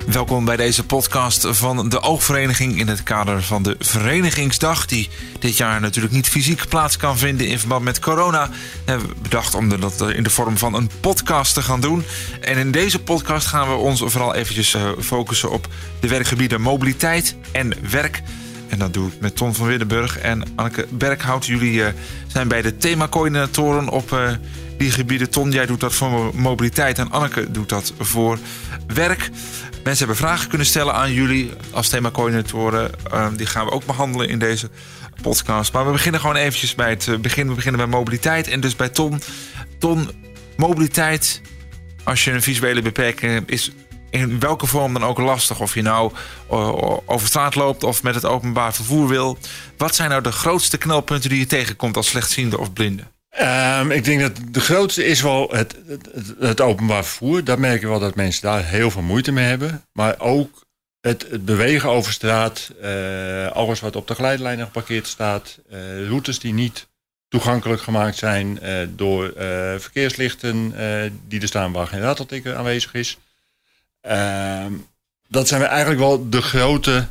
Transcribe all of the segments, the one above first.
Welkom bij deze podcast van de Oogvereniging in het kader van de Verenigingsdag, die dit jaar natuurlijk niet fysiek plaats kan vinden in verband met corona. We hebben bedacht om dat in de vorm van een podcast te gaan doen. En in deze podcast gaan we ons vooral eventjes focussen op de werkgebieden mobiliteit en werk. En dat doe ik met Ton van Widdenburg en Anneke Berghout. Jullie zijn bij de themacoördinatoren op die gebieden. Ton, jij doet dat voor mobiliteit en Anneke doet dat voor werk. Mensen hebben vragen kunnen stellen aan jullie als themacoördinatoren. Die gaan we ook behandelen in deze podcast. Maar we beginnen gewoon eventjes bij het begin. We beginnen bij mobiliteit en dus bij Ton. Ton, mobiliteit, als je een visuele beperking is in welke vorm dan ook lastig. Of je nou over straat loopt of met het openbaar vervoer wil. Wat zijn nou de grootste knelpunten die je tegenkomt als slechtziende of blinde? Ik denk dat de grootste is wel het openbaar vervoer. Daar merk je wel dat mensen daar heel veel moeite mee hebben. Maar ook het bewegen over straat. Alles wat op de glijdenlijnen geparkeerd staat. Routes die niet toegankelijk gemaakt zijn door verkeerslichten die er staan waar geen rateltikker aanwezig is. Dat zijn eigenlijk wel de grote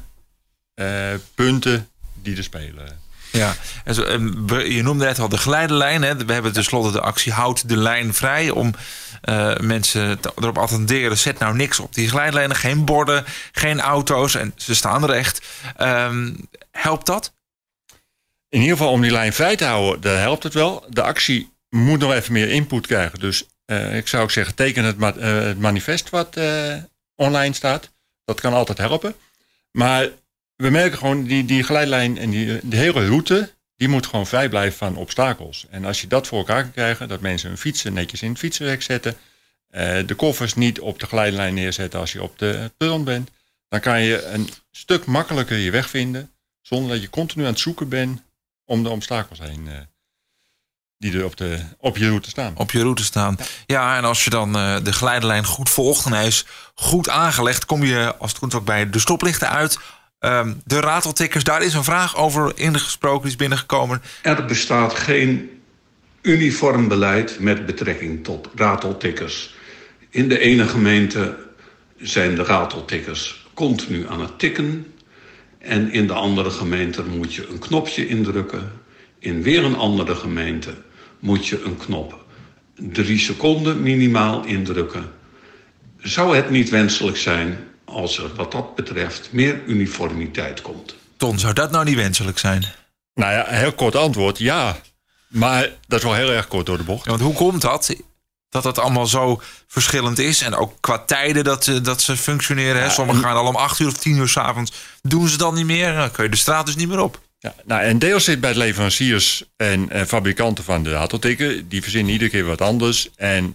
punten die er spelen. Ja, en je noemde net al de glijdenlijn. Hè. We hebben tenslotte de actie Houd de lijn vrij om mensen erop te attenderen. Zet nou niks op die glijdenlijnen, geen borden, geen auto's en ze staan er echt. Helpt dat? In ieder geval om die lijn vrij te houden, daar helpt het wel. De actie moet nog even meer input krijgen. Dus ik zou ook zeggen, teken het manifest wat online staat. Dat kan altijd helpen. Maar we merken gewoon, die glijlijn en de hele route, die moet gewoon vrij blijven van obstakels. En als je dat voor elkaar kan krijgen, dat mensen hun fietsen netjes in het fietsenrek zetten, de koffers niet op de glijlijn neerzetten als je op de perron bent, dan kan je een stuk makkelijker je weg vinden, zonder dat je continu aan het zoeken bent om de obstakels heen die er op je route staan. Op je route staan. Ja, en als je dan de glijdenlijn goed volgt en hij is goed aangelegd, kom je als het goed ook bij de stoplichten uit. De rateltikkers, daar is een vraag over ingesproken, die is binnengekomen. Er bestaat geen uniform beleid met betrekking tot rateltikkers. In de ene gemeente zijn de rateltikkers continu aan het tikken. En in de andere gemeente moet je een knopje indrukken. In weer een andere gemeente moet je een knop 3 seconden minimaal indrukken. Zou het niet wenselijk zijn als er wat dat betreft meer uniformiteit komt? Ton, zou dat nou niet wenselijk zijn? Nou ja, heel kort antwoord, ja. Maar dat is wel heel erg kort door de bocht. Ja, want hoe komt dat? Dat het allemaal zo verschillend is. En ook qua tijden dat ze functioneren. Ja, sommigen gaan al om 8 uur of 10 uur 's avonds. Doen ze dan niet meer? Dan kun je de straat dus niet meer op. Ja, nou, en deels zit bij de leveranciers en fabrikanten van de rateltikken. Die verzinnen iedere keer wat anders. En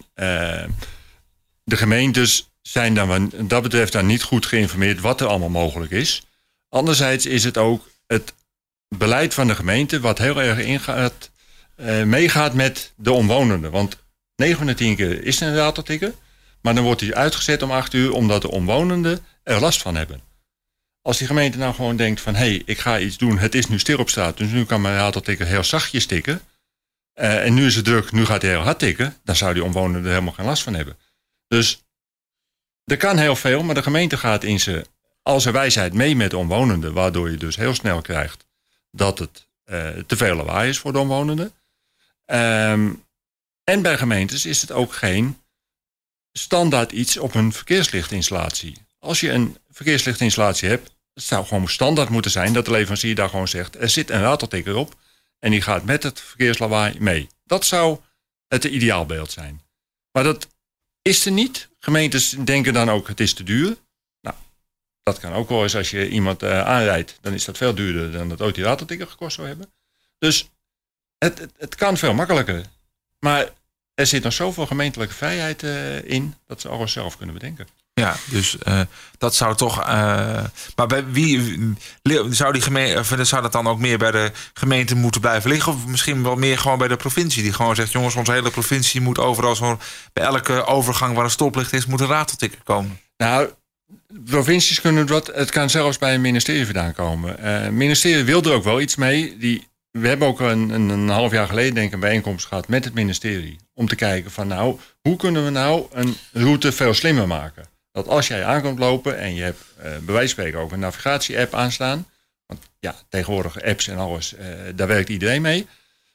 de gemeentes zijn dan wat dat betreft dan niet goed geïnformeerd wat er allemaal mogelijk is. Anderzijds is het ook het beleid van de gemeente wat heel erg meegaat met de omwonenden. Want 9 van de 10 keer is er een rateltikker, maar dan wordt hij uitgezet om 8 uur omdat de omwonenden er last van hebben. Als die gemeente nou gewoon denkt van hé, ik ga iets doen, het is nu stil op straat, dus nu kan mijn rateltikker heel zachtjes tikken. En nu is het druk, nu gaat hij heel hard tikken, dan zou die omwonenden er helemaal geen last van hebben. Dus er kan heel veel, maar de gemeente gaat in zijn al zijn wijsheid mee met de omwonenden, waardoor je dus heel snel krijgt dat het te veel lawaai is voor de omwonenden. En bij gemeentes is het ook geen standaard iets op een verkeerslichtinstallatie. Als je een verkeerslichtinstallatie hebt, het zou gewoon standaard moeten zijn dat de leverancier daar gewoon zegt, er zit een rateltikker op en die gaat met het verkeerslawaai mee. Dat zou het ideaalbeeld zijn. Maar dat is er niet. Gemeentes denken dan ook, het is te duur. Nou, dat kan ook wel eens als je iemand aanrijdt, dan is dat veel duurder dan dat ooit die rateltikker gekost zou hebben. Dus het kan veel makkelijker. Maar er zit nog zoveel gemeentelijke vrijheid in dat ze alles zelf kunnen bedenken. Ja, dus dat zou toch. Maar bij wie zou die gemeente, of zou dat dan ook meer bij de gemeente moeten blijven liggen? Of misschien wel meer gewoon bij de provincie, die gewoon zegt: jongens, onze hele provincie moet overal bij elke overgang waar een stoplicht is, moet een rateltikker komen. Nou, provincies kunnen het kan zelfs bij een ministerie vandaan komen. Het ministerie wil er ook wel iets mee. We hebben ook een half jaar geleden denk ik een bijeenkomst gehad met het ministerie om te kijken van nou, hoe kunnen we nou een route veel slimmer maken? Dat als jij aankomt lopen en je hebt bij wijze van spreken ook een navigatie-app aanstaan. Want ja, tegenwoordig apps en alles, daar werkt iedereen mee.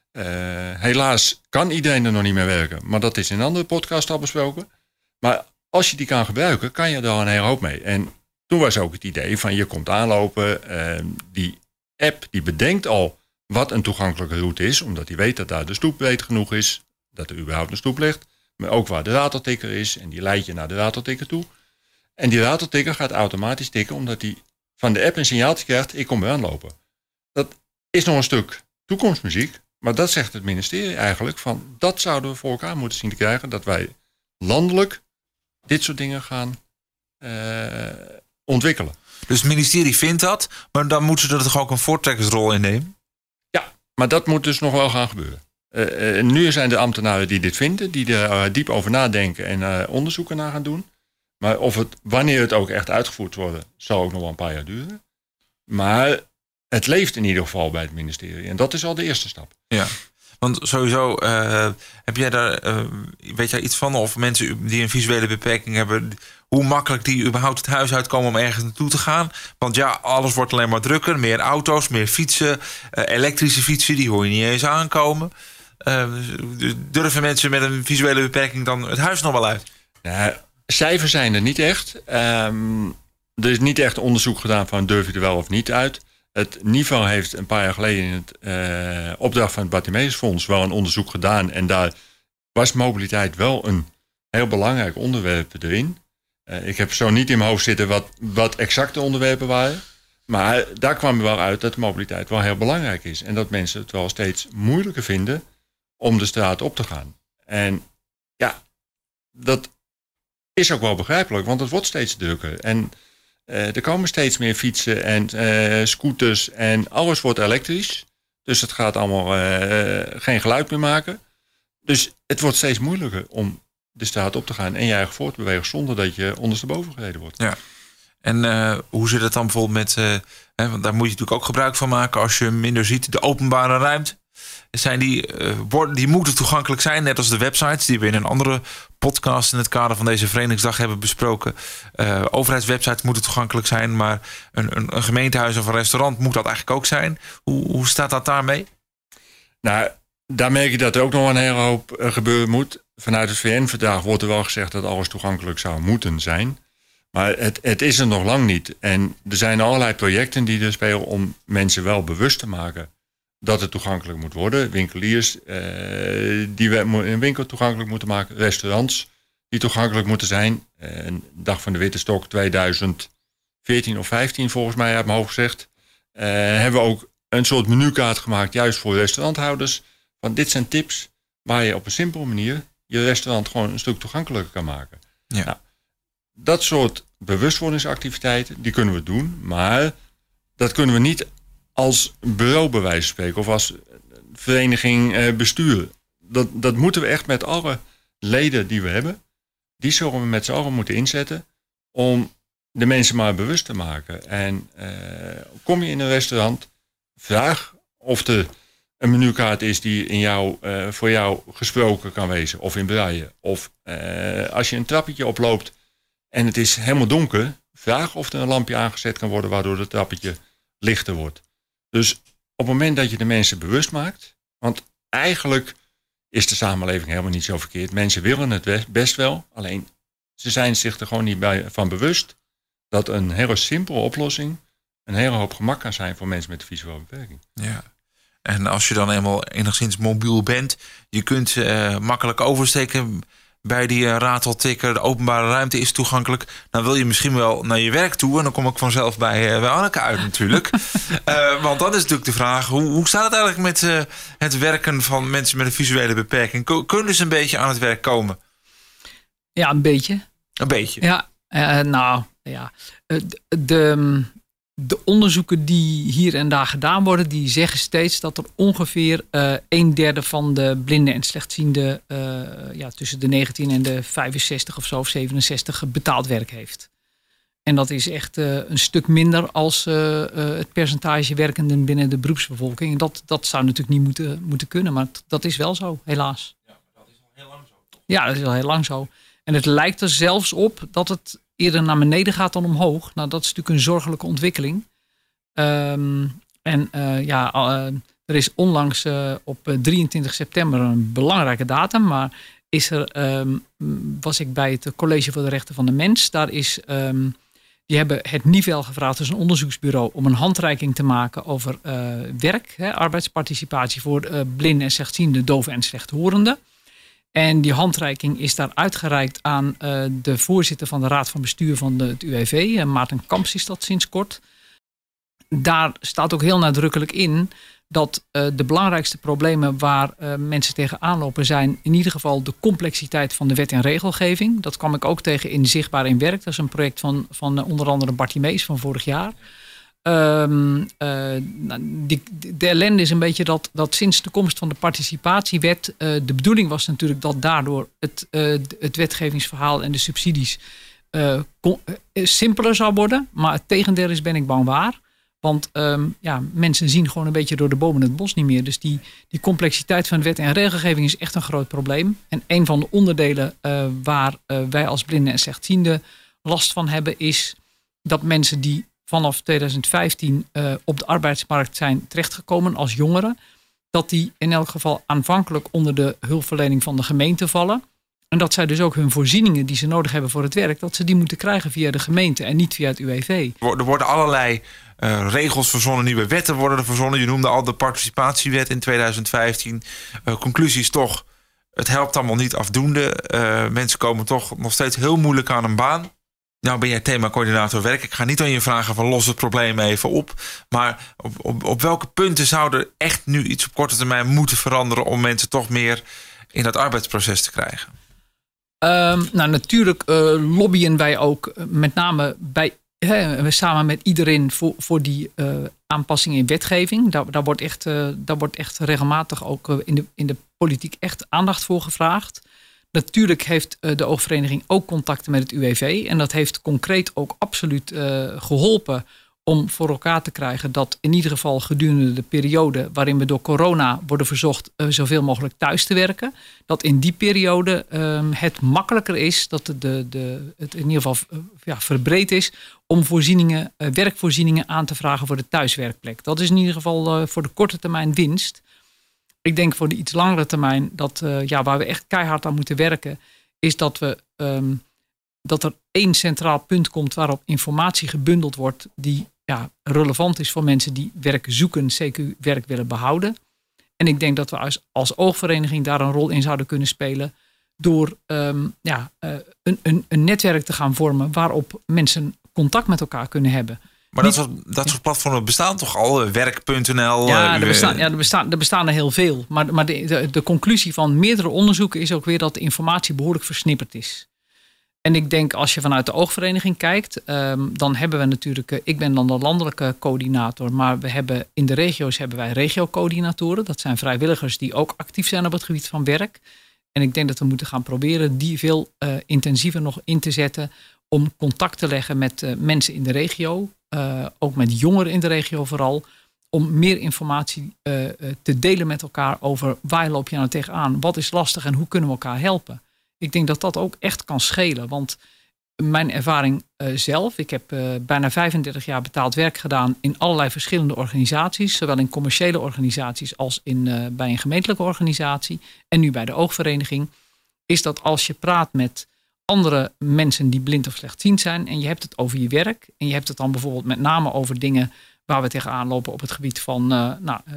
Helaas kan iedereen er nog niet mee werken. Maar dat is in een andere podcast al besproken. Maar als je die kan gebruiken, kan je daar een hele hoop mee. En toen was ook het idee van je komt aanlopen. Die app die bedenkt al wat een toegankelijke route is. Omdat hij weet dat daar de stoep breed genoeg is. Dat er überhaupt een stoep ligt. Maar ook waar de rateltikker is. En die leidt je naar de rateltikker toe. En die rateltikker gaat automatisch tikken. Omdat hij van de app een signaaltje krijgt. Ik kom weer aanlopen. Dat is nog een stuk toekomstmuziek. Maar dat zegt het ministerie eigenlijk. Van dat zouden we voor elkaar moeten zien te krijgen. Dat wij landelijk dit soort dingen gaan ontwikkelen. Dus het ministerie vindt dat. Maar dan moeten ze er toch ook een voortrekkersrol in nemen? Ja, maar dat moet dus nog wel gaan gebeuren. Nu zijn de ambtenaren die dit vinden, die er diep over nadenken en onderzoeken naar gaan doen. Maar wanneer het ook echt uitgevoerd wordt, zal ook nog wel een paar jaar duren. Maar het leeft in ieder geval bij het ministerie. En dat is al de eerste stap. Ja, want sowieso heb jij daar, weet jij iets van? Of mensen die een visuele beperking hebben, hoe makkelijk die überhaupt het huis uitkomen om ergens naartoe te gaan? Want ja, alles wordt alleen maar drukker. Meer auto's, meer fietsen, elektrische fietsen, die hoor je niet eens aankomen. Durven mensen met een visuele beperking dan het huis nog wel uit? Ja, cijfers zijn er niet echt. Er is niet echt onderzoek gedaan van durf je er wel of niet uit. Het NIVO heeft een paar jaar geleden in het opdracht van het Bartimeusfonds wel een onderzoek gedaan. En daar was mobiliteit wel een heel belangrijk onderwerp erin. Ik heb zo niet in mijn hoofd zitten wat exacte onderwerpen waren. Maar daar kwam er wel uit dat mobiliteit wel heel belangrijk is. En dat mensen het wel steeds moeilijker vinden om de straat op te gaan. En ja, dat is ook wel begrijpelijk, want het wordt steeds drukker. En er komen steeds meer fietsen en scooters en alles wordt elektrisch. Dus het gaat allemaal geen geluid meer maken. Dus het wordt steeds moeilijker om de straat op te gaan en je eigen voort te bewegen zonder dat je ondersteboven gereden wordt. Ja. En hoe zit het dan bijvoorbeeld met, want daar moet je natuurlijk ook gebruik van maken als je minder ziet, de openbare ruimte. Die moeten toegankelijk zijn, net als de websites die we in een andere podcast in het kader van deze Verenigingsdag hebben besproken. Overheidswebsites moeten toegankelijk zijn, maar een gemeentehuis of een restaurant moet dat eigenlijk ook zijn. Hoe staat dat daarmee? Nou, daar merk je dat er ook nog een hele hoop gebeuren moet. Vanuit het VN-verdrag wordt er wel gezegd dat alles toegankelijk zou moeten zijn. Maar het is er nog lang niet. En er zijn allerlei projecten die er spelen om mensen wel bewust te maken dat het toegankelijk moet worden. Winkeliers die een winkel toegankelijk moeten maken. Restaurants die toegankelijk moeten zijn. Dag van de Witte Stok 2014 of 15 volgens mij uit mijn hoofd gezegd. Hebben we ook een soort menukaart gemaakt juist voor restauranthouders. Want dit zijn tips waar je op een simpele manier je restaurant gewoon een stuk toegankelijker kan maken. Ja. Nou, dat soort bewustwordingsactiviteiten, die kunnen we doen. Maar dat kunnen we niet als bureau bij wijze van spreken of als vereniging bestuur. Dat moeten we echt met alle leden die we hebben. Die zullen we met z'n allen moeten inzetten om de mensen maar bewust te maken. En kom je in een restaurant, vraag of er een menukaart is die voor jou gesproken kan wezen. Of in braille. Of als je een trappetje oploopt en het is helemaal donker, vraag of er een lampje aangezet kan worden waardoor het trappetje lichter wordt. Dus op het moment dat je de mensen bewust maakt, want eigenlijk is de samenleving helemaal niet zo verkeerd. Mensen willen het best wel, alleen ze zijn zich er gewoon niet van bewust dat een hele simpele oplossing een hele hoop gemak kan zijn voor mensen met een visuele beperking. Ja. En als je dan eenmaal enigszins mobiel bent, je kunt makkelijk oversteken bij die rateltikker, de openbare ruimte is toegankelijk. Dan wil je misschien wel naar je werk toe. En dan kom ik vanzelf bij Anneke uit natuurlijk. Want dan is natuurlijk de vraag, hoe staat het eigenlijk met het werken van mensen met een visuele beperking? Kunnen ze een beetje aan het werk komen? Ja, een beetje. Een beetje? Ja, de onderzoeken die hier en daar gedaan worden, die zeggen steeds dat er ongeveer 1/3 van de blinden en slechtzienden tussen de 19 en de 65 of zo, of 67 betaald werk heeft. En dat is echt een stuk minder als het percentage werkenden binnen de beroepsbevolking. En dat zou natuurlijk niet moeten kunnen, maar dat is wel zo, helaas. Ja, maar dat is al heel lang zo, toch? Ja, dat is al heel lang zo. En het lijkt er zelfs op dat het eerder naar beneden gaat dan omhoog. Nou, dat is natuurlijk een zorgelijke ontwikkeling. Er is onlangs op 23 september een belangrijke datum, maar was ik bij het College voor de Rechten van de Mens. Die hebben het NIVEL gevraagd, dus een onderzoeksbureau, om een handreiking te maken over werk, arbeidsparticipatie voor blinden en slechtzienden, doven en slechthorenden. En die handreiking is daar uitgereikt aan de voorzitter van de Raad van Bestuur van het UWV. Maarten Kamps is dat sinds kort. Daar staat ook heel nadrukkelijk in dat de belangrijkste problemen waar mensen tegenaan lopen zijn in ieder geval de complexiteit van de wet en regelgeving. Dat kwam ik ook tegen in Zichtbaar in Werk. Dat is een project van onder andere Bartie Mees van vorig jaar. De ellende is een beetje dat sinds de komst van de participatiewet de bedoeling was natuurlijk dat daardoor het wetgevingsverhaal en de subsidies simpeler zou worden. Maar het tegendeel is, ben ik bang, waar. Want mensen zien gewoon een beetje door de bomen het bos niet meer. Dus die complexiteit van de wet en regelgeving is echt een groot probleem. En een van de onderdelen waar wij als blinden en slechtzienden last van hebben, is dat mensen die vanaf 2015 op de arbeidsmarkt zijn terechtgekomen als jongeren, dat die in elk geval aanvankelijk onder de hulpverlening van de gemeente vallen. En dat zij dus ook hun voorzieningen die ze nodig hebben voor het werk, dat ze die moeten krijgen via de gemeente en niet via het UWV. Er worden allerlei regels verzonnen, nieuwe wetten worden er verzonnen. Je noemde al de participatiewet in 2015. Conclusie is toch, het helpt allemaal niet afdoende. Mensen komen toch nog steeds heel moeilijk aan een baan. Nou ben jij themacoördinator werk. Ik ga niet aan je vragen van los het probleem even op. Maar op welke punten zou er echt nu iets op korte termijn moeten veranderen om mensen toch meer in dat arbeidsproces te krijgen? Natuurlijk lobbyen wij ook met name samen met iedereen voor die aanpassingen in wetgeving. Daar wordt echt regelmatig ook in de politiek echt aandacht voor gevraagd. Natuurlijk heeft de oogvereniging ook contacten met het UWV. En dat heeft concreet ook absoluut geholpen om voor elkaar te krijgen dat in ieder geval gedurende de periode waarin we door corona worden verzocht zoveel mogelijk thuis te werken, dat in die periode het makkelijker is, dat het in ieder geval verbreed is om werkvoorzieningen aan te vragen voor de thuiswerkplek. Dat is in ieder geval voor de korte termijn winst. Ik denk voor de iets langere termijn dat waar we echt keihard aan moeten werken, is dat er één centraal punt komt waarop informatie gebundeld wordt die relevant is voor mensen die werk zoeken, CQ werk willen behouden. En ik denk dat we als oogvereniging daar een rol in zouden kunnen spelen door een netwerk te gaan vormen waarop mensen contact met elkaar kunnen hebben. Maar dat soort platformen bestaan toch al? Werk.nl? Er bestaan er heel veel. Maar de conclusie van meerdere onderzoeken is ook weer dat de informatie behoorlijk versnipperd is. En ik denk als je vanuit de oogvereniging kijkt, dan hebben we natuurlijk, ik ben dan de landelijke coördinator, maar we hebben in de regio's hebben wij regiocoördinatoren. Dat zijn vrijwilligers die ook actief zijn op het gebied van werk. En ik denk dat we moeten gaan proberen die veel intensiever nog in te zetten om contact te leggen met mensen in de regio. Ook met jongeren in de regio vooral. Om meer informatie te delen met elkaar over waar loop je nou tegenaan. Wat is lastig en hoe kunnen we elkaar helpen. Ik denk dat dat ook echt kan schelen. Want mijn ervaring zelf. Ik heb bijna 35 jaar betaald werk gedaan in allerlei verschillende organisaties. Zowel in commerciële organisaties als bij een gemeentelijke organisatie. En nu bij de oogvereniging. Is dat als je praat met andere mensen die blind of slechtziend zijn en je hebt het over je werk en je hebt het dan bijvoorbeeld met name over dingen waar we tegenaan lopen op het gebied van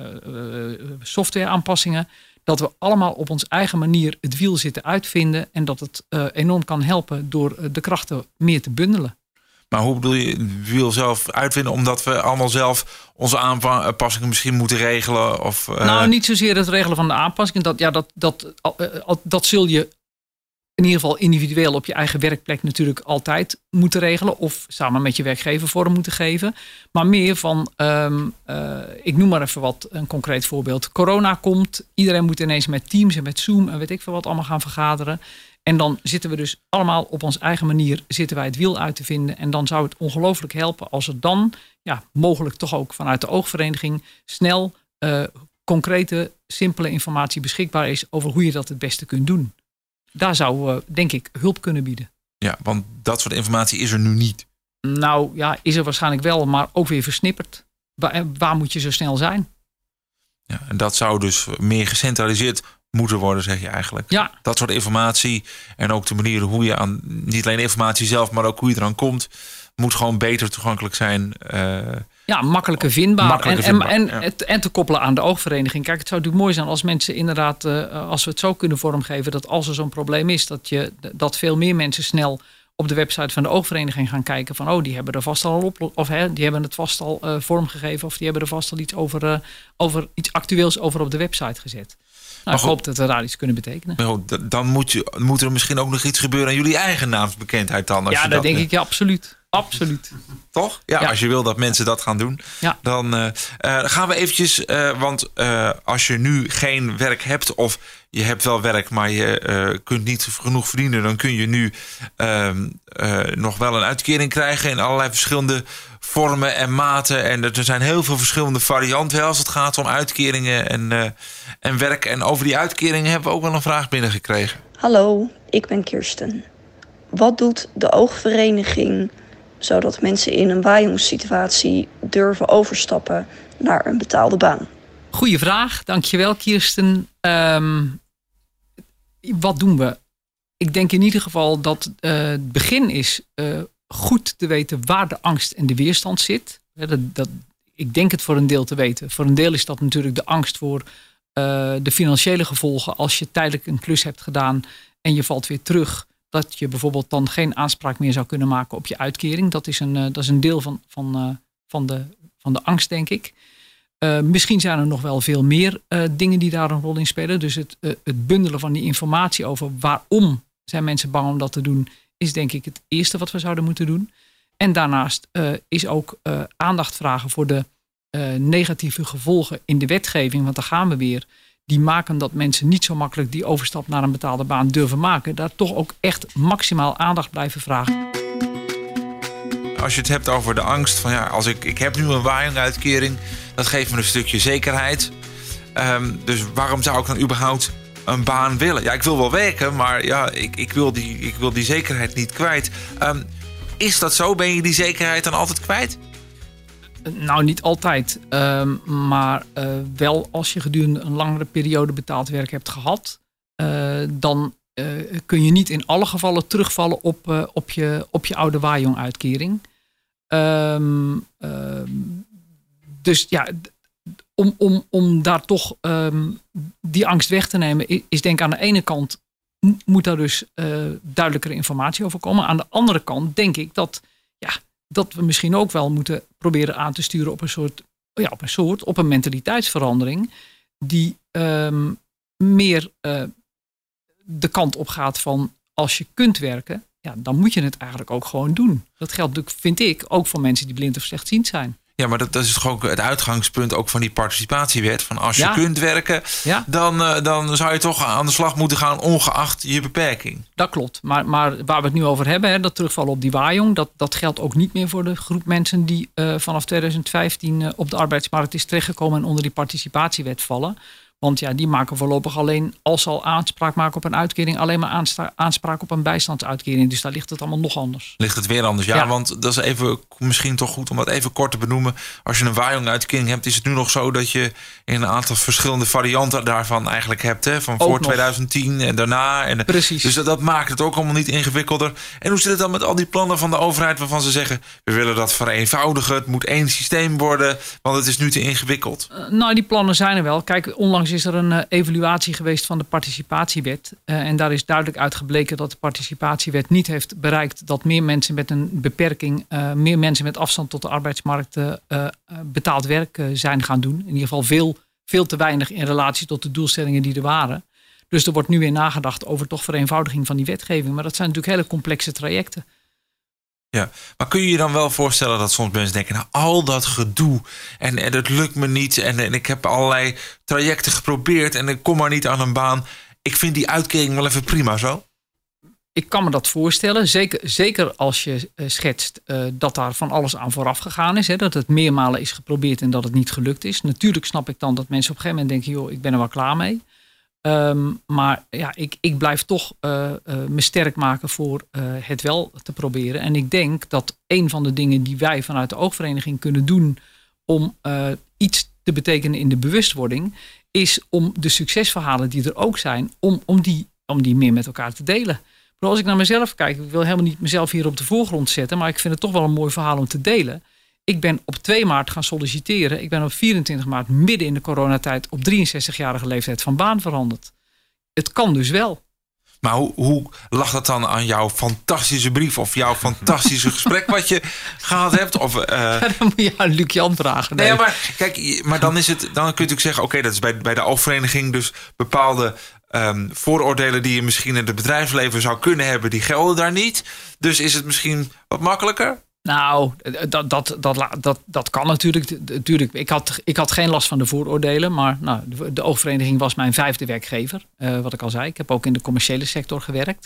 softwareaanpassingen, dat we allemaal op onze eigen manier het wiel zitten uitvinden en dat het enorm kan helpen door de krachten meer te bundelen. Maar hoe bedoel je het wiel zelf uitvinden? Omdat we allemaal zelf onze aanpassingen misschien moeten regelen? Of, niet zozeer het regelen van de aanpassingen. Dat zul je in ieder geval individueel op je eigen werkplek natuurlijk altijd moeten regelen. Of samen met je werkgever vorm moeten geven. Maar meer van, ik noem maar even een concreet voorbeeld. Corona komt, iedereen moet ineens met Teams en met Zoom en weet ik veel wat allemaal gaan vergaderen. En dan zitten we dus allemaal op onze eigen manier zitten wij het wiel uit te vinden. En dan zou het ongelooflijk helpen als er dan, mogelijk toch ook vanuit de oogvereniging snel concrete, simpele informatie beschikbaar is over hoe je dat het beste kunt doen. Daar zou, denk ik, hulp kunnen bieden. Ja, want dat soort informatie is er nu niet. Nou ja, is er waarschijnlijk wel, maar ook weer versnipperd. Waar moet je zo snel zijn? Ja, en dat zou dus meer gecentraliseerd moeten worden, zeg je eigenlijk. Ja. Dat soort informatie en ook de manier hoe je aan, niet alleen informatie zelf, maar ook hoe je eraan komt, moet gewoon beter toegankelijk zijn. Ja, makkelijker vindbaar. En te koppelen aan de oogvereniging. Kijk, het zou natuurlijk mooi zijn als mensen inderdaad, als we het zo kunnen vormgeven, dat als er zo'n probleem is, dat veel meer mensen snel op de website van de oogvereniging gaan kijken van, die hebben er vast al op, of die hebben het vast al vormgegeven, of die hebben er vast al iets over iets actueels over op de website gezet. Nou, ik hoop dat we daar iets kunnen betekenen. Maar goed, dan moet er misschien ook nog iets gebeuren aan jullie eigen naamsbekendheid dan. Ja, dat denk ik, ja, absoluut. Absoluut. Toch? Ja, als je wil dat mensen dat gaan doen. Ja. Dan gaan we eventjes, want als je nu geen werk hebt of je hebt wel werk, maar je kunt niet genoeg verdienen, dan kun je nu nog wel een uitkering krijgen in allerlei verschillende vormen en maten. En er zijn heel veel verschillende varianten als het gaat om uitkeringen en werk. En over die uitkeringen hebben we ook wel een vraag binnengekregen. Hallo, ik ben Kirsten. Wat doet de oogvereniging zodat mensen in een waaijongssituatie durven overstappen naar een betaalde baan? Goeie vraag, dankjewel Kirsten. Wat doen we? Ik denk in ieder geval dat het begin is goed te weten waar de angst en de weerstand zit. Ik denk het voor een deel te weten. Voor een deel is dat natuurlijk de angst voor de financiële gevolgen als je tijdelijk een klus hebt gedaan en je valt weer terug. Dat je bijvoorbeeld dan geen aanspraak meer zou kunnen maken op je uitkering. Dat is een deel van de angst, denk ik. Misschien zijn er nog wel veel meer dingen die daar een rol in spelen. Dus het bundelen van die informatie over waarom zijn mensen bang om dat te doen, is denk ik het eerste wat we zouden moeten doen. En daarnaast is ook aandacht vragen voor de negatieve gevolgen in de wetgeving. Want daar gaan we weer. Die maken dat mensen niet zo makkelijk die overstap naar een betaalde baan durven maken. Daar toch ook echt maximaal aandacht blijven vragen. Als je het hebt over de angst van als ik heb nu een waaijong-uitkering, dat geeft me een stukje zekerheid. Dus waarom zou ik dan überhaupt een baan willen? Ja, ik wil wel werken, maar ik wil die zekerheid niet kwijt. Is dat zo? Ben je die zekerheid dan altijd kwijt? Nou, niet altijd. Maar wel als je gedurende een langere periode betaald werk hebt gehad, dan kun je niet in alle gevallen terugvallen op je oude waaijong-uitkering. Dus ja, om daar toch die angst weg te nemen, is denk ik aan de ene kant moet daar dus duidelijkere informatie over komen. Aan de andere kant denk ik dat we misschien ook wel moeten proberen aan te sturen op een mentaliteitsverandering die meer de kant op gaat van als je kunt werken, dan moet je het eigenlijk ook gewoon doen. Dat geldt natuurlijk, vind ik, ook voor mensen die blind of slechtziend zijn. Ja, maar dat is toch ook het uitgangspunt ook van die participatiewet. Van als je kunt werken, dan zou je toch aan de slag moeten gaan ongeacht je beperking. Dat klopt. Maar waar we het nu over hebben, dat terugvallen op die waaijong, dat geldt ook niet meer voor de groep mensen die vanaf 2015 op de arbeidsmarkt is terechtgekomen en onder die participatiewet vallen. Want die maken voorlopig alleen, als ze al aanspraak maken op een uitkering, alleen maar aanspraak op een bijstandsuitkering. Dus daar ligt het allemaal nog anders. Ligt het weer anders? Ja, want dat is even misschien toch goed om dat even kort te benoemen. Als je een waaijong-uitkering hebt, is het nu nog zo dat je in een aantal verschillende varianten daarvan eigenlijk hebt. Hè? Van voor 2010 en daarna. Precies. Dus dat maakt het ook allemaal niet ingewikkelder. En hoe zit het dan met al die plannen van de overheid waarvan ze zeggen, we willen dat vereenvoudigen, het moet één systeem worden, want het is nu te ingewikkeld? Die plannen zijn er wel. Kijk, onlangs is er een evaluatie geweest van de participatiewet. En daar is duidelijk uitgebleken dat de participatiewet niet heeft bereikt dat meer mensen met een beperking, meer mensen met afstand tot de arbeidsmarkt betaald werk zijn gaan doen. In ieder geval veel te weinig in relatie tot de doelstellingen die er waren. Dus er wordt nu weer nagedacht over toch vereenvoudiging van die wetgeving. Maar dat zijn natuurlijk hele complexe trajecten. Ja, maar kun je je dan wel voorstellen dat soms mensen denken, nou, al dat gedoe en dat lukt me niet en ik heb allerlei trajecten geprobeerd en ik kom maar niet aan een baan. Ik vind die uitkering wel even prima zo. Ik kan me dat voorstellen. Zeker als je schetst dat daar van alles aan vooraf gegaan is. Hè, dat het meermalen is geprobeerd en dat het niet gelukt is. Natuurlijk snap ik dan dat mensen op een gegeven moment denken, joh, ik ben er wel klaar mee. Maar ja, ik blijf toch me sterk maken voor het wel te proberen. En ik denk dat een van de dingen die wij vanuit de oogvereniging kunnen doen om iets te betekenen in de bewustwording, is om de succesverhalen die er ook zijn, om die meer met elkaar te delen. Maar als ik naar mezelf kijk, ik wil helemaal niet mezelf hier op de voorgrond zetten, maar ik vind het toch wel een mooi verhaal om te delen. Ik ben op 2 maart gaan solliciteren. Ik ben op 24 maart midden in de coronatijd op 63-jarige leeftijd van baan veranderd. Het kan dus wel. Maar hoe lag dat dan aan jouw fantastische brief of jouw fantastische gesprek wat je gehad hebt? Of, Dan moet je aan Luc Jan vragen. Nee, maar kijk, maar dan kun je natuurlijk zeggen, oké, dat is bij de oogvereniging dus bepaalde vooroordelen die je misschien in het bedrijfsleven zou kunnen hebben, die gelden daar niet. Dus is het misschien wat makkelijker? Nou, dat kan natuurlijk. Ik had geen last van de vooroordelen. Maar de oogvereniging was mijn 5e werkgever. Wat ik al zei. Ik heb ook in de commerciële sector gewerkt.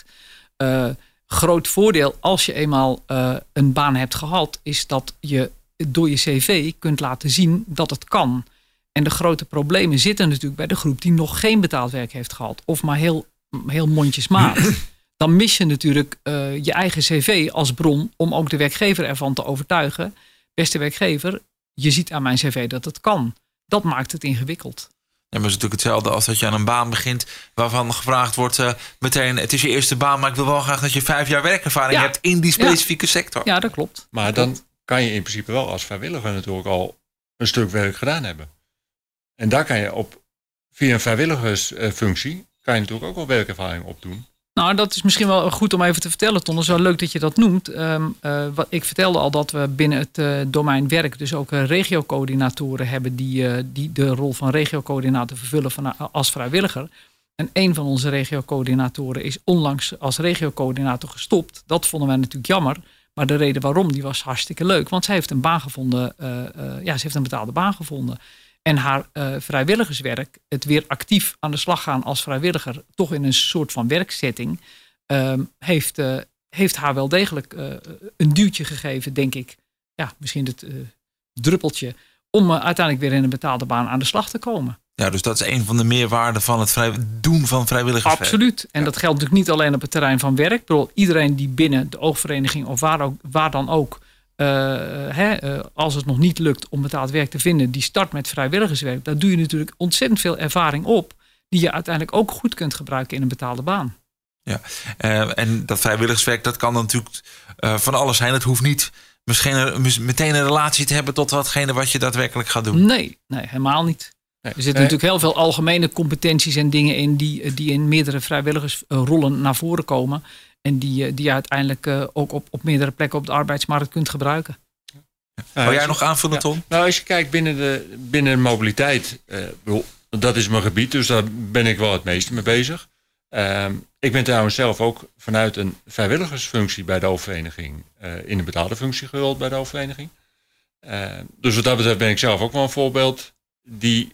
Groot voordeel als je eenmaal een baan hebt gehad, is dat je door je cv kunt laten zien dat het kan. En de grote problemen zitten natuurlijk bij de groep die nog geen betaald werk heeft gehad. Of maar heel mondjesmaat. Dan mis je natuurlijk je eigen cv als bron om ook de werkgever ervan te overtuigen. Beste werkgever, je ziet aan mijn cv dat het kan. Dat maakt het ingewikkeld. Ja, maar het is natuurlijk hetzelfde als dat je aan een baan begint waarvan gevraagd wordt meteen, het is je eerste baan, maar ik wil wel graag dat je 5 jaar werkervaring hebt in die specifieke sector. Ja, dat klopt. Maar dan kan je in principe wel als vrijwilliger natuurlijk al een stuk werk gedaan hebben. En daar kan je via een vrijwilligersfunctie kan je natuurlijk ook wel werkervaring opdoen. Nou, dat is misschien wel goed om even te vertellen, Ton. Het is wel leuk dat je dat noemt. Ik vertelde al dat we binnen het domein werk dus ook regiocoördinatoren hebben die de rol van regiocoördinator vervullen als vrijwilliger. En een van onze regiocoördinatoren is onlangs als regiocoördinator gestopt. Dat vonden wij natuurlijk jammer. Maar de reden waarom, die was hartstikke leuk. Want zij heeft een baan gevonden. Ze heeft een betaalde baan gevonden. En haar vrijwilligerswerk, het weer actief aan de slag gaan als vrijwilliger, toch in een soort van werksetting, heeft haar wel degelijk een duwtje gegeven, denk ik. Ja, misschien het druppeltje, om uiteindelijk weer in een betaalde baan aan de slag te komen. Ja, dus dat is een van de meerwaarden van het doen van vrijwilligerswerk. Absoluut. En dat geldt natuurlijk niet alleen op het terrein van werk. Ik bedoel, iedereen die binnen de oogvereniging of waar dan ook, als het nog niet lukt om betaald werk te vinden, die start met vrijwilligerswerk. Daar doe je natuurlijk ontzettend veel ervaring op, die je uiteindelijk ook goed kunt gebruiken in een betaalde baan. Ja, en dat vrijwilligerswerk, dat kan natuurlijk van alles zijn. Het hoeft niet misschien meteen een relatie te hebben tot watgene wat je daadwerkelijk gaat doen. Nee, helemaal niet. Er zitten natuurlijk heel veel algemene competenties en dingen in die in meerdere vrijwilligersrollen naar voren komen. En die je uiteindelijk ook op meerdere plekken op de arbeidsmarkt kunt gebruiken. Wil jij nog aanvullen, Tom? Nou, als je kijkt binnen de mobiliteit, dat is mijn gebied, dus daar ben ik wel het meeste mee bezig. Ik ben trouwens zelf ook vanuit een vrijwilligersfunctie bij de oogvereniging in een betaalde functie gerold bij de oogvereniging. Dus wat dat betreft ben ik zelf ook wel een voorbeeld die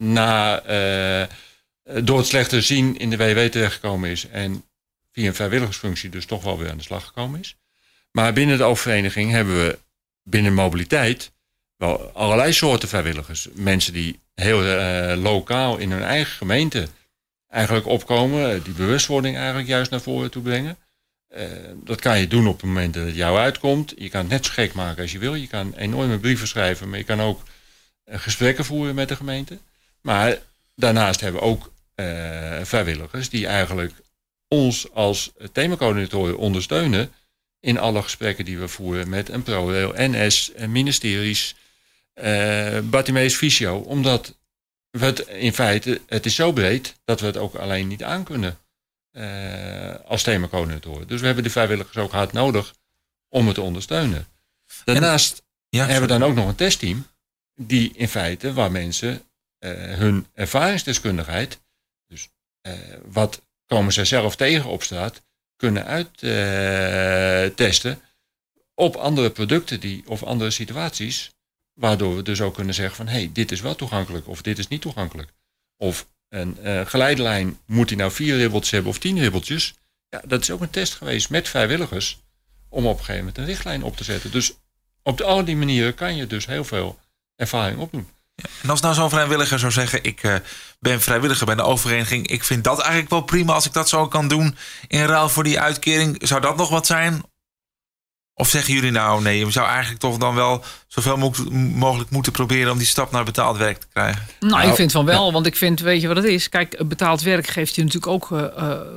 door het slechte zien in de WW terechtgekomen is en via een vrijwilligersfunctie dus toch wel weer aan de slag gekomen is. Maar binnen de oogvereniging hebben we binnen mobiliteit wel allerlei soorten vrijwilligers. Mensen die heel lokaal in hun eigen gemeente eigenlijk opkomen, die bewustwording eigenlijk juist naar voren toe brengen. Dat kan je doen op het moment dat het jou uitkomt. Je kan het net zo gek maken als je wil. Je kan enorme brieven schrijven, maar je kan ook gesprekken voeren met de gemeente. Maar daarnaast hebben we ook vrijwilligers die eigenlijk ons als themacoördinatoren ondersteunen in alle gesprekken die we voeren met een ProRail, NS, ministeries, Bartimeus Fysio. Omdat we het in feite, het is zo breed dat we het ook alleen niet aankunnen als themacoördinatoren. Dus we hebben de vrijwilligers ook hard nodig om het te ondersteunen. Daarnaast hebben we dan ook nog een testteam die in feite, waar mensen hun ervaringsdeskundigheid, dus wat komen zij zelf tegen op straat, kunnen uittesten op andere producten of andere situaties, waardoor we dus ook kunnen zeggen van hey, dit is wel toegankelijk of dit is niet toegankelijk. Of een geleidelijn, moet die nou 4 ribbeltjes hebben of 10 ribbeltjes? Ja, dat is ook een test geweest met vrijwilligers om op een gegeven moment een richtlijn op te zetten. Dus op alle die manieren kan je dus heel veel ervaring opdoen. Ja. En als nou zo'n vrijwilliger zou zeggen, ik ben vrijwilliger bij de oogvereniging, ik vind dat eigenlijk wel prima als ik dat zo kan doen in ruil voor die uitkering. Zou dat nog wat zijn? Of zeggen jullie nou, nee, je zou eigenlijk toch dan wel zoveel mogelijk moeten proberen om die stap naar betaald werk te krijgen? Nou, ik vind van wel, want ik vind, weet je wat het is? Kijk, betaald werk geeft je natuurlijk ook,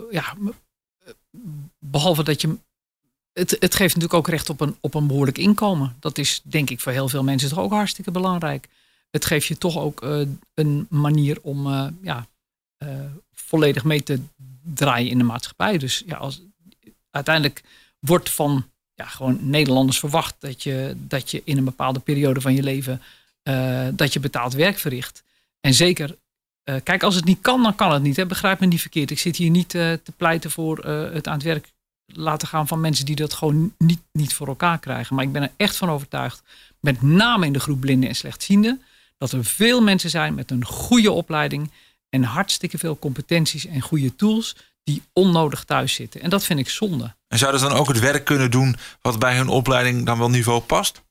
behalve dat je, het geeft natuurlijk ook recht op een behoorlijk inkomen. Dat is denk ik voor heel veel mensen toch ook hartstikke belangrijk. Het geeft je toch ook een manier om volledig mee te draaien in de maatschappij. Dus ja, uiteindelijk wordt van gewoon Nederlanders verwacht dat je in een bepaalde periode van je leven dat je betaald werk verricht. En zeker, kijk, als het niet kan, dan kan het niet. Hè? Begrijp me niet verkeerd. Ik zit hier niet te pleiten voor het aan het werk laten gaan van mensen die dat gewoon niet voor elkaar krijgen. Maar ik ben er echt van overtuigd, met name in de groep blinden en slechtzienden, dat er veel mensen zijn met een goede opleiding en hartstikke veel competenties en goede tools die onnodig thuis zitten. En dat vind ik zonde. En zouden ze dan ook het werk kunnen doen wat bij hun opleiding dan wel niveau past?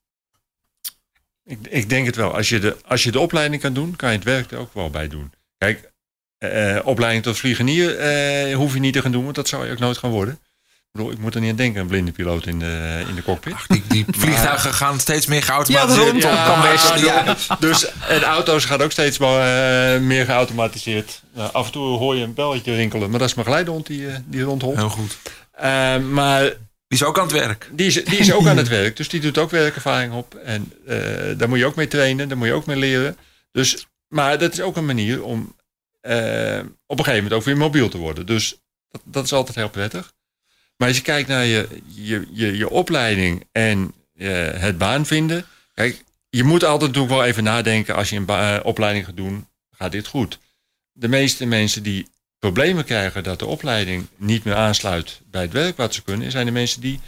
Ik denk het wel. Als je de opleiding kan doen, kan je het werk er ook wel bij doen. Kijk, opleiding tot vliegenier hoef je niet te gaan doen, want dat zou je ook nooit gaan worden. Ik moet er niet aan denken, een blinde piloot in de cockpit. Ach, die vliegtuigen gaan steeds meer geautomatiseerd. Dus en auto's gaan ook steeds meer geautomatiseerd. Af en toe hoor je een belletje rinkelen, maar dat is mijn geleidehond die rondholt. Heel goed. Maar die is ook aan het werk. Die is ook aan het werk, dus die doet ook werkervaring op. En daar moet je ook mee trainen, daar moet je ook mee leren. Dus, maar dat is ook een manier om op een gegeven moment ook weer mobiel te worden. Dus dat is altijd heel prettig. Maar als je kijkt naar je opleiding en het baan vinden. Kijk, je moet altijd natuurlijk wel even nadenken als je een opleiding gaat doen. Gaat dit goed? De meeste mensen die problemen krijgen dat de opleiding niet meer aansluit bij het werk wat ze kunnen, zijn de mensen die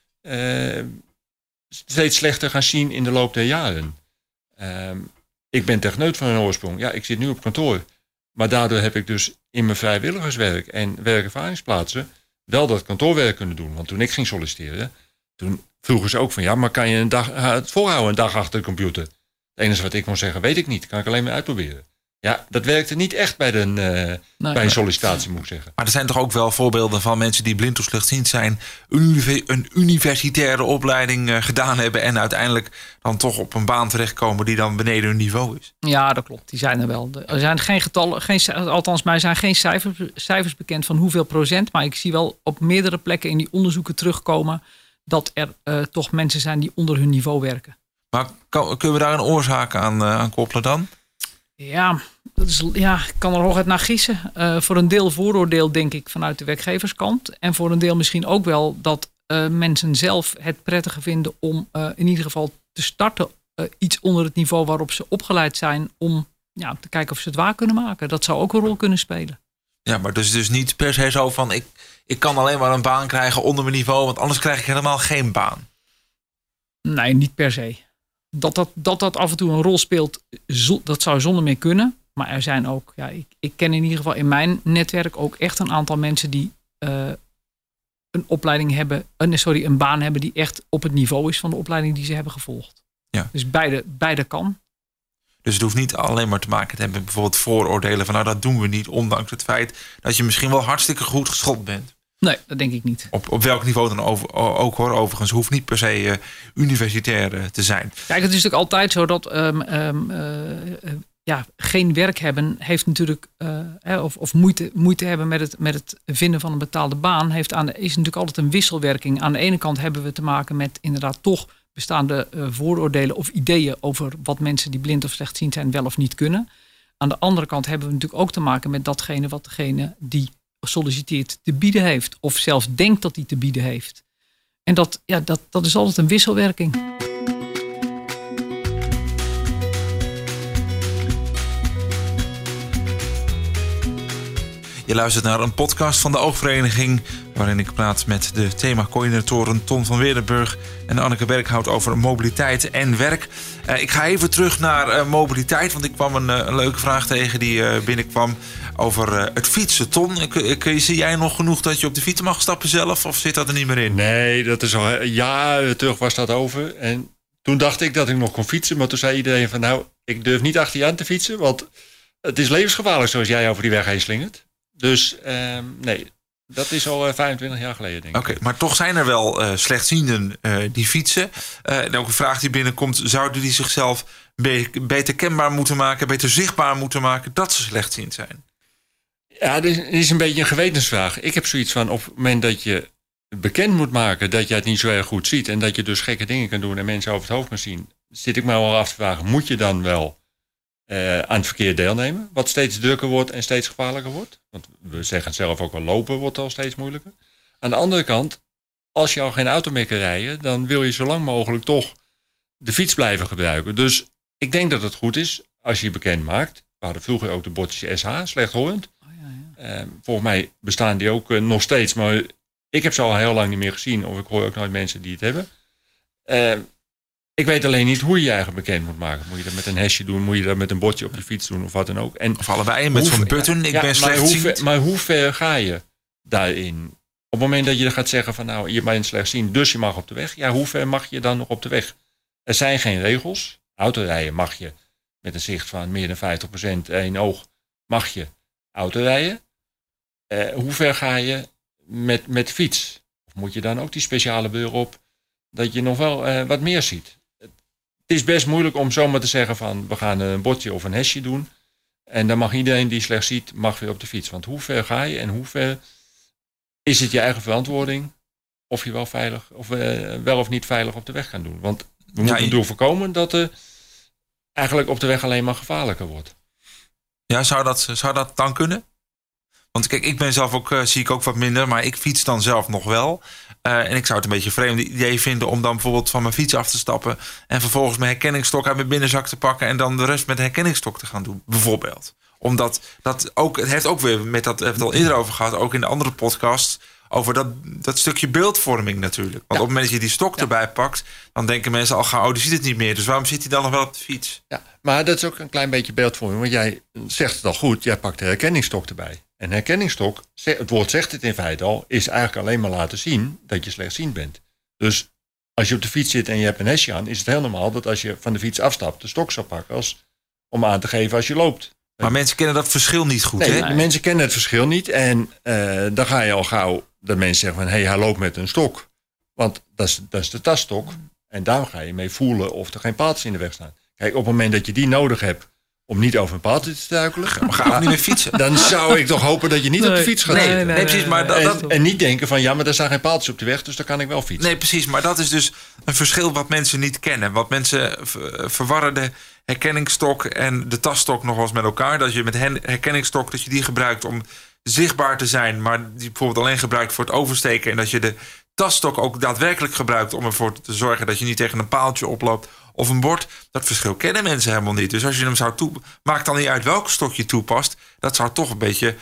steeds slechter gaan zien in de loop der jaren. Ik ben techneut van een oorsprong. Ja, ik zit nu op kantoor. Maar daardoor heb ik dus in mijn vrijwilligerswerk en werkervaringsplaatsen wel dat kantoorwerk kunnen doen. Want toen ik ging solliciteren, toen vroegen ze ook van ja, maar kan je het volhouden een dag achter de computer? Het enige wat ik kon zeggen, weet ik niet. Kan ik alleen maar uitproberen. Ja, dat werkte niet echt bij een sollicitatie, moet ik zeggen. Maar er zijn toch ook wel voorbeelden van mensen die blind of slechtziend zijn, een universitaire opleiding gedaan hebben en uiteindelijk dan toch op een baan terechtkomen die dan beneden hun niveau is. Ja, dat klopt. Die zijn er wel. Er zijn geen getallen, althans mij zijn geen cijfers bekend van hoeveel procent, maar ik zie wel op meerdere plekken in die onderzoeken terugkomen dat er toch mensen zijn die onder hun niveau werken. Maar kunnen we daar een oorzaak aan koppelen dan? Ja, ik kan er hooguit naar gissen. Voor een deel vooroordeel, denk ik, vanuit de werkgeverskant. En voor een deel misschien ook wel dat mensen zelf het prettiger vinden om in ieder geval te starten iets onder het niveau waarop ze opgeleid zijn, om te kijken of ze het waar kunnen maken. Dat zou ook een rol kunnen spelen. Ja, maar dus niet per se zo van ik kan alleen maar een baan krijgen onder mijn niveau, want anders krijg ik helemaal geen baan. Nee, niet per se. Dat af en toe een rol speelt, dat zou zonder meer kunnen. Maar er zijn ook, ik ken in ieder geval in mijn netwerk ook echt een aantal mensen die een opleiding hebben, een baan hebben die echt op het niveau is van de opleiding die ze hebben gevolgd. Ja. Dus beide kan. Dus het hoeft niet alleen maar te maken te hebben met bijvoorbeeld vooroordelen van dat doen we niet, ondanks het feit dat je misschien wel hartstikke goed geschoold bent. Nee, dat denk ik niet. Op welk niveau dan ook hoor, overigens. Hoeft niet per se universitair te zijn. Kijk, het is natuurlijk altijd zo dat geen werk hebben heeft natuurlijk of moeite hebben met het vinden van een betaalde baan is natuurlijk altijd een wisselwerking. Aan de ene kant hebben we te maken met inderdaad toch bestaande vooroordelen of ideeën over wat mensen die blind of slechtziend zijn wel of niet kunnen. Aan de andere kant hebben we natuurlijk ook te maken met datgene wat degene die solliciteert te bieden heeft. Of zelfs denkt dat hij te bieden heeft. En dat is altijd een wisselwerking. Je luistert naar een podcast van de Oogvereniging, waarin ik praat met de themacoördinatoren Ton van Weerdenburg en Anneke Berkhout over mobiliteit en werk. Ik ga even terug naar mobiliteit, want ik kwam een leuke vraag tegen die binnenkwam over het fietsen. Ton, zie jij nog genoeg dat je op de fiets mag stappen zelf, of zit dat er niet meer in? Nee, dat is al jaren terug was dat over. En toen dacht ik dat ik nog kon fietsen, maar toen zei iedereen van ik durf niet achter je aan te fietsen, want het is levensgevaarlijk zoals jij over die weg heen slingert. Dus nee, dat is al 25 jaar geleden, denk ik. Oké, maar toch zijn er wel slechtzienden die fietsen. En ook een vraag die binnenkomt, zouden die zichzelf beter kenbaar moeten maken, beter zichtbaar moeten maken dat ze slechtziend zijn? Ja, dit is een beetje een gewetensvraag. Ik heb zoiets van, op het moment dat je bekend moet maken dat je het niet zo erg goed ziet en dat je dus gekke dingen kan doen en mensen over het hoofd kan zien, zit ik me wel af te vragen, moet je dan wel aan het verkeer deelnemen, wat steeds drukker wordt en steeds gevaarlijker wordt? Want we zeggen zelf ook wel, lopen wordt al steeds moeilijker. Aan de andere kant, als je al geen auto meer kan rijden, dan wil je zo lang mogelijk toch de fiets blijven gebruiken. Dus ik denk dat het goed is als je je bekend maakt. We hadden vroeger ook de bordjes SH, slechthorend. Volgens mij bestaan die ook nog steeds, maar ik heb ze al heel lang niet meer gezien, of ik hoor ook nooit mensen die het hebben. Ik weet alleen niet hoe je je eigen bekend moet maken. Moet je dat met een hesje doen? Moet je dat met een bordje op je fiets doen? Of wat dan ook? Of allebei, met zo'n button, ik ben slechtziend. Maar hoe ver ga je daarin? Op het moment dat je gaat zeggen van nou, je bent slechtziend, dus je mag op de weg. Ja, hoe ver mag je dan nog op de weg? Er zijn geen regels. Autorijden mag je met een zicht van meer dan 50% één oog, mag je autorijden. Hoe ver ga je met fiets? Of moet je dan ook die speciale bril op, dat je nog wel wat meer ziet? Het is best moeilijk om zomaar te zeggen van we gaan een bordje of een hesje doen. En dan mag iedereen die slecht ziet, mag weer op de fiets. Want hoe ver ga je en hoe ver is het je eigen verantwoording of je wel veilig of wel of niet veilig op de weg kan doen? Want we moeten erdoor voorkomen dat er eigenlijk op de weg alleen maar gevaarlijker wordt. Ja, zou dat dan kunnen? Want kijk, ik ben zelf ook, zie ik ook wat minder, maar ik fiets dan zelf nog wel. En ik zou het een beetje een vreemd idee vinden om dan bijvoorbeeld van mijn fiets af te stappen en vervolgens mijn herkenningsstok uit mijn binnenzak te pakken en dan de rest met de herkenningsstok te gaan doen, bijvoorbeeld. Omdat dat ook, het heeft ook weer met dat, we hebben het al eerder over gehad, ook in de andere podcast, over dat stukje beeldvorming natuurlijk. Want op het moment dat je die stok erbij pakt, dan denken mensen al gauw, die ziet het niet meer. Dus waarom zit hij dan nog wel op de fiets? Ja, maar dat is ook een klein beetje beeldvorming. Want jij zegt het al goed, jij pakt de herkenningsstok erbij. En herkenningsstok, het woord zegt het in feite al, is eigenlijk alleen maar laten zien dat je slechtziend bent. Dus als je op de fiets zit en je hebt een hesje aan, is het heel normaal dat als je van de fiets afstapt, de stok zou pakken om aan te geven als je loopt. Maar mensen kennen dat verschil niet goed, nee, hè? Nee, mensen kennen het verschil niet. En dan ga je al gauw dat mensen zeggen van, hij loopt met een stok. Want dat is de tasstok. En daar ga je mee voelen of er geen paaltjes in de weg staan. Kijk, op het moment dat je die nodig hebt om niet over een paaltje te struikelen, ga ook niet meer fietsen. Dan zou ik toch hopen dat je niet op de fiets gaat zitten. Nee, precies. Maar en niet denken van, ja, maar er staan geen paaltjes op de weg, dus dan kan ik wel fietsen. Nee, precies. Maar dat is dus een verschil wat mensen niet kennen. Want mensen verwarren de herkenningsstok en de tasstok nog wel eens met elkaar. Dat je met herkenningsstok, dat je die gebruikt om zichtbaar te zijn, maar die bijvoorbeeld alleen gebruikt voor het oversteken. En dat je de tasstok ook daadwerkelijk gebruikt om ervoor te zorgen dat je niet tegen een paaltje oploopt of een bord. Dat verschil kennen mensen helemaal niet. Dus als je hem zou maakt dan niet uit welk stok je toepast. Dat zou toch een beetje,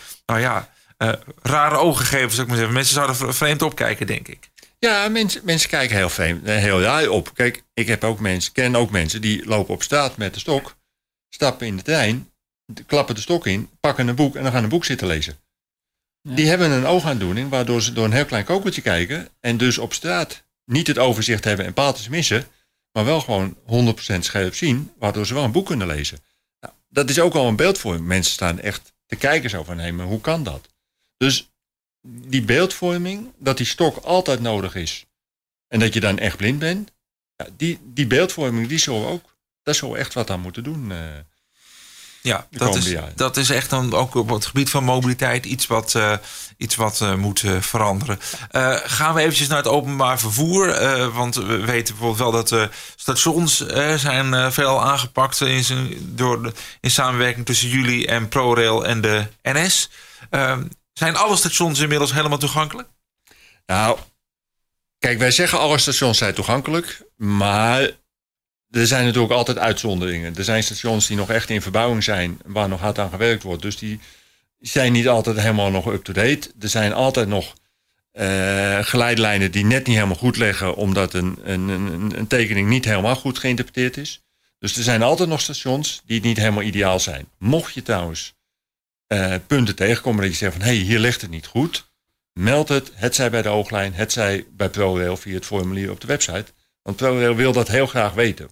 rare ogen geven, zou ik maar zeggen. Mensen zouden er vreemd opkijken, denk ik. Ja, mensen kijken heel vreemd, heel raar op. Kijk, ik ken ook mensen die lopen op straat met de stok, stappen in de trein, klappen de stok in, pakken een boek en dan gaan een boek zitten lezen. Ja. Die hebben een oogaandoening waardoor ze door een heel klein kokertje kijken en dus op straat niet het overzicht hebben en paaltjes missen, maar wel gewoon 100% scherp zien, waardoor ze wel een boek kunnen lezen. Nou, dat is ook al een beeldvorming. Mensen staan echt te kijken zo van, hé, maar hoe kan dat? Dus die beeldvorming, dat die stok altijd nodig is en dat je dan echt blind bent, ja, die beeldvorming, daar zullen we echt wat aan moeten doen. Ja, dat is echt dan ook op het gebied van mobiliteit iets wat moet veranderen. Gaan we eventjes naar het openbaar vervoer. Want we weten bijvoorbeeld wel dat de stations zijn veel aangepakt in samenwerking tussen jullie en ProRail en de NS. Zijn alle stations inmiddels helemaal toegankelijk? Nou, kijk, wij zeggen alle stations zijn toegankelijk, maar er zijn natuurlijk altijd uitzonderingen. Er zijn stations die nog echt in verbouwing zijn, waar nog hard aan gewerkt wordt. Dus die zijn niet altijd helemaal nog up-to-date. Er zijn altijd nog geleidelijnen die net niet helemaal goed liggen, omdat een tekening niet helemaal goed geïnterpreteerd is. Dus er zijn altijd nog stations die niet helemaal ideaal zijn. Mocht je trouwens punten tegenkomen dat je zegt van, hier ligt het niet goed, meld het, hetzij bij de ooglijn, hetzij bij ProRail via het formulier op de website. Want ProRail wil dat heel graag weten. Want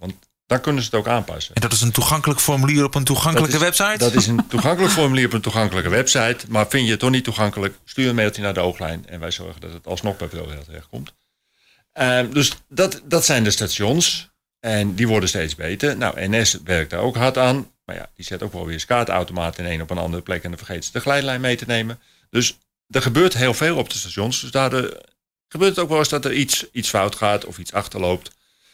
Dan kunnen ze het ook aanpassen. En dat is een toegankelijk formulier op een toegankelijke website? Dat is een toegankelijk formulier op een toegankelijke website. Maar vind je het toch niet toegankelijk, stuur een mailtje naar de Ooglijn. En wij zorgen dat het alsnog bij ProRail terechtkomt. Dus dat zijn de stations. En die worden steeds beter. Nou, NS werkt daar ook hard aan. Maar ja, die zet ook wel weer kaartautomaat in op een andere plek. En dan vergeet ze de geleidlijn mee te nemen. Dus er gebeurt heel veel op de stations. Dus daar gebeurt het ook wel eens dat er iets fout gaat of iets achterloopt.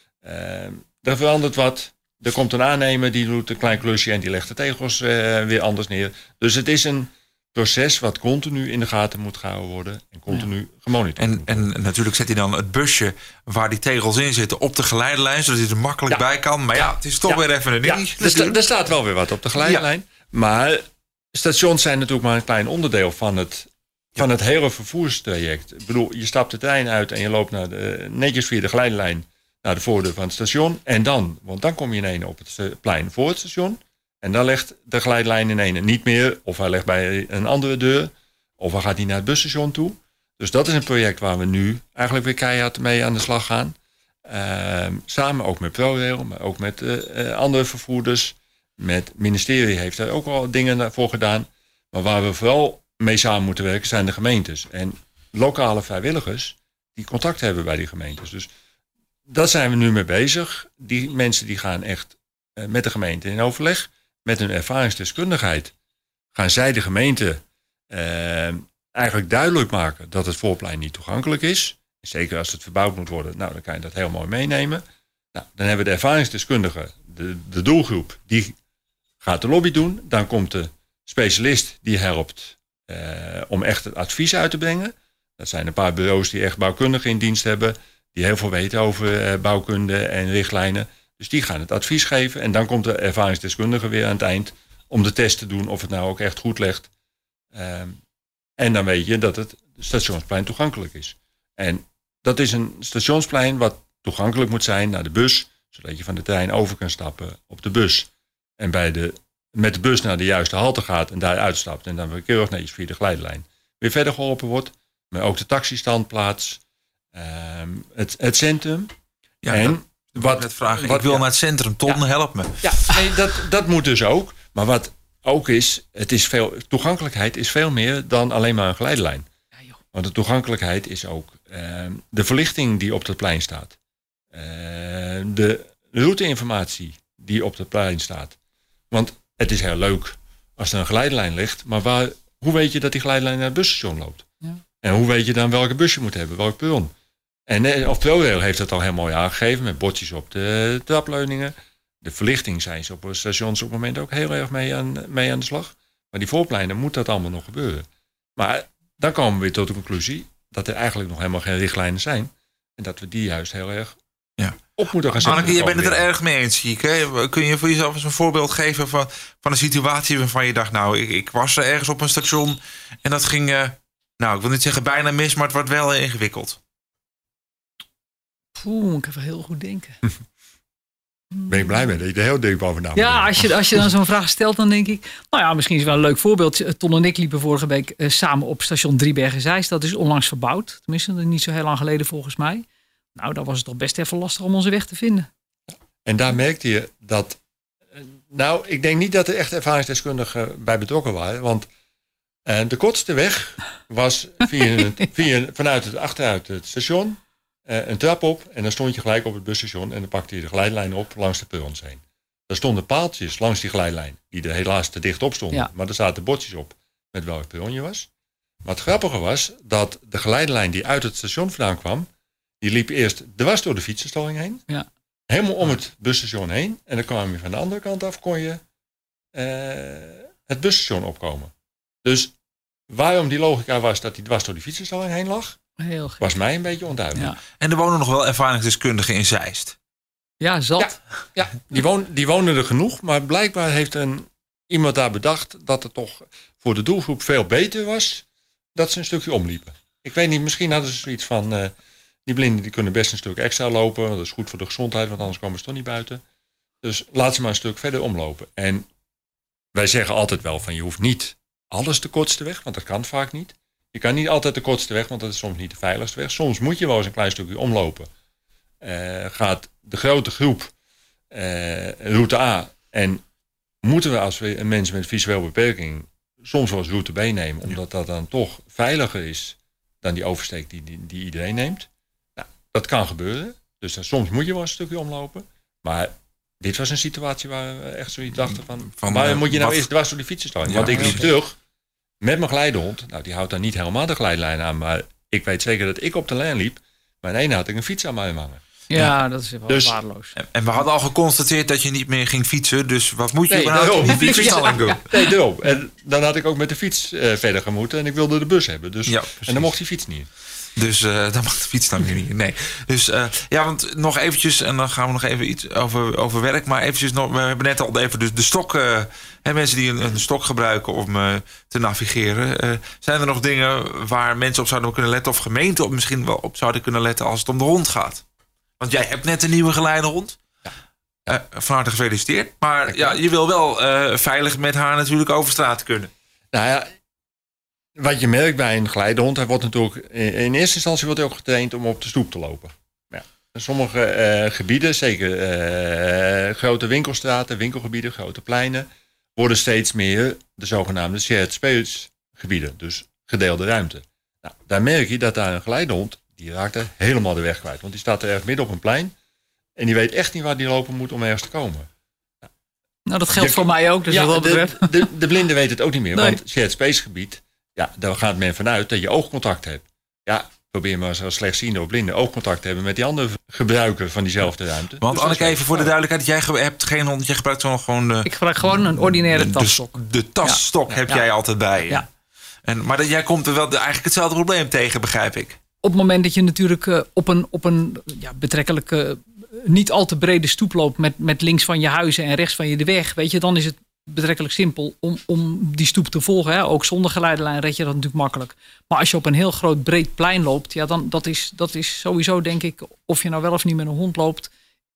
Er verandert wat. Er komt een aannemer, die doet een klein klusje en die legt de tegels weer anders neer. Dus het is een proces wat continu in de gaten moet gehouden worden en continu gemonitord. En natuurlijk zet hij dan het busje waar die tegels in zitten op de geleidelijn, zodat hij er makkelijk bij kan. Maar het is toch weer even een ding. Er staat wel weer wat op de geleidelijn. Maar stations zijn natuurlijk maar een klein onderdeel van het hele vervoerstraject. Ik bedoel, je stapt de trein uit en je loopt netjes via de geleidelijn naar de voordeur van het station. En want dan kom je in op het plein voor het station. En dan legt de geleidlijn in ene niet meer. Of hij legt bij een andere deur. Of hij gaat niet naar het busstation toe. Dus dat is een project waar we nu eigenlijk weer keihard mee aan de slag gaan. Samen ook met ProRail, maar ook met andere vervoerders. Met het ministerie heeft daar ook wel dingen voor gedaan. Maar waar we vooral mee samen moeten werken zijn de gemeentes. En lokale vrijwilligers die contact hebben bij die gemeentes. Dus daar zijn we nu mee bezig. Die mensen die gaan echt met de gemeente in overleg. Met hun ervaringsdeskundigheid gaan zij de gemeente eigenlijk duidelijk maken dat het voorplein niet toegankelijk is. Zeker als het verbouwd moet worden, nou, dan kan je dat heel mooi meenemen. Nou, dan hebben we de ervaringsdeskundige, de doelgroep, die gaat de lobby doen. Dan komt de specialist die helpt om echt het advies uit te brengen. Dat zijn een paar bureaus die echt bouwkundigen in dienst hebben, die heel veel weten over bouwkunde en richtlijnen. Dus die gaan het advies geven. En dan komt de ervaringsdeskundige weer aan het eind om de test te doen of het nou ook echt goed legt. En dan weet je dat het stationsplein toegankelijk is. En dat is een stationsplein wat toegankelijk moet zijn naar de bus, zodat je van de trein over kan stappen op de bus. En met de bus naar de juiste halte gaat en daar uitstapt. En dan weer keurig netjes via de geleidlijn weer verder geholpen wordt. Maar ook de taxistandplaats, het centrum. Ja, en ik wil naar het centrum, Ton, help me. Ja, nee, dat moet dus ook. Maar wat ook is, toegankelijkheid is veel meer dan alleen maar een geleidlijn. Ja, want de toegankelijkheid is ook de verlichting die op het plein staat. De routeinformatie die op het plein staat. Want het is heel leuk als er een geleidlijn ligt. Maar hoe weet je dat die geleidlijn naar het busstation loopt? Ja. En hoe weet je dan welke bus je moet hebben, welk perron? En ProRail heeft dat al heel mooi aangegeven met bordjes op de trapleuningen. De verlichting zijn ze op stations op het moment ook heel erg mee aan de slag. Maar die voorpleinen moet dat allemaal nog gebeuren. Maar dan komen we weer tot de conclusie dat er eigenlijk nog helemaal geen richtlijnen zijn. En dat we die juist heel erg op moeten gaan zetten. Anneke, je bent het er erg mee eens, zie ik. Hè? Kun je voor jezelf eens een voorbeeld geven van een situatie waarvan je dacht, nou, ik was er ergens op een station en dat ging, ik wil niet zeggen bijna mis, maar het wordt wel ingewikkeld. Moet ik even heel goed denken. Ben ik blij mee dat je er heel dik over na. Ja, als je dan zo'n vraag stelt, dan denk ik, misschien is het wel een leuk voorbeeld. Ton en ik liepen vorige week samen op station Driebergen-Zeist. Dat is onlangs verbouwd. Tenminste, niet zo heel lang geleden volgens mij. Nou, dan was het toch best even lastig om onze weg te vinden. En daar merkte je dat... Nou, ik denk niet dat er echt ervaringsdeskundigen bij betrokken waren. Want de kortste weg was vanuit achteruit het station... een trap op en dan stond je gelijk op het busstation... en dan pakte je de geleidlijn op langs de perrons heen. Er stonden paaltjes langs die geleidlijn... die er helaas te dicht op stonden. Ja. Maar er zaten bordjes op met welk perron je was. Maar het grappige was dat de geleidlijn die uit het station vandaan kwam... die liep eerst dwars door de fietsenstalling heen. Ja. Helemaal om het busstation heen. En dan kwam je van de andere kant af... kon je het busstation opkomen. Dus waarom die logica was dat die dwars door die fietsenstalling heen lag... was mij een beetje onduidelijk. Ja. En er wonen nog wel ervaringsdeskundigen in Zeist. Ja, zat. Ja. Die wonen er genoeg. Maar blijkbaar heeft iemand daar bedacht... dat het toch voor de doelgroep veel beter was... dat ze een stukje omliepen. Ik weet niet, misschien hadden ze zoiets van... die blinden die kunnen best een stuk extra lopen. Dat is goed voor de gezondheid, want anders komen ze toch niet buiten. Dus laat ze maar een stuk verder omlopen. En wij zeggen altijd wel van... je hoeft niet alles de kortste weg, want dat kan vaak niet. Je kan niet altijd de kortste weg, want dat is soms niet de veiligste weg. Soms moet je wel eens een klein stukje omlopen. Gaat de grote groep route A. En moeten we als we een mens met visuele beperking soms wel eens route B nemen, omdat dat dan toch veiliger is dan die oversteek die iedereen neemt. Nou, dat kan gebeuren. Dus soms moet je wel een stukje omlopen. Maar dit was een situatie waar we echt zoiets dachten van waar moet je nou eerst dwars door die fietsen staan? Want ik liep terug met mijn geleidehond. Nou, die houdt dan niet helemaal de geleidlijn aan, maar ik weet zeker dat ik op de lijn liep. Maar in één had ik een fiets aan mij hangen. Ja, dat is wel waardeloos. En we hadden al geconstateerd dat je niet meer ging fietsen. Dus wat moet je die fietshalling doen? Nee, daarom. En dan had ik ook met de fiets verder gemoeten. En ik wilde de bus hebben. Dus, en dan mocht die fiets niet. Dus dan mag de fiets dan weer niet. Nee. Dus want nog eventjes, en dan gaan we nog even iets over werk. Maar eventjes nog, we hebben net al even de stok. Mensen die een stok gebruiken om te navigeren. Zijn er nog dingen waar mensen op zouden kunnen letten? Of gemeenten op misschien wel op zouden kunnen letten als het om de hond gaat? Want jij hebt net een nieuwe geleidehond. Van harte gefeliciteerd. Maar je wil wel veilig met haar natuurlijk over straat kunnen. Nou ja, wat je merkt bij een geleidehond, hij wordt natuurlijk in eerste instantie wordt hij ook getraind om op de stoep te lopen. Ja. In sommige gebieden, zeker grote winkelstraten, winkelgebieden, grote pleinen, worden steeds meer de zogenaamde shared space gebieden. Dus gedeelde ruimte. Nou, daar merk je dat daar een geleidehond, die raakt er helemaal de weg kwijt. Want die staat er erg midden op een plein. En die weet echt niet waar die lopen moet om ergens te komen. Nou, dat geldt voor mij ook. Dus de blinde weet het ook niet meer. Nee. Want shared space gebied, daar gaat men vanuit dat je oogcontact hebt. Ja, probeer maar als slechtziende of blinde oogcontact te hebben met die andere gebruiker van diezelfde ruimte. Want dus Anneke, even voor de duidelijkheid. Jij hebt geen hond, jij gebruikt gewoon... Ik gebruik gewoon een ordinaire tasstok. De tasstok heb jij altijd bij. Ja. Maar jij komt er wel eigenlijk hetzelfde probleem tegen, begrijp ik. Op het moment dat je natuurlijk op een betrekkelijk niet al te brede stoep loopt met links van je huizen en rechts van je de weg, weet je, dan is het betrekkelijk simpel om die stoep te volgen. Hè. Ook zonder geleidelijn red je dat natuurlijk makkelijk. Maar als je op een heel groot breed plein loopt, ja, dan dat is sowieso, denk ik, of je nou wel of niet met een hond loopt,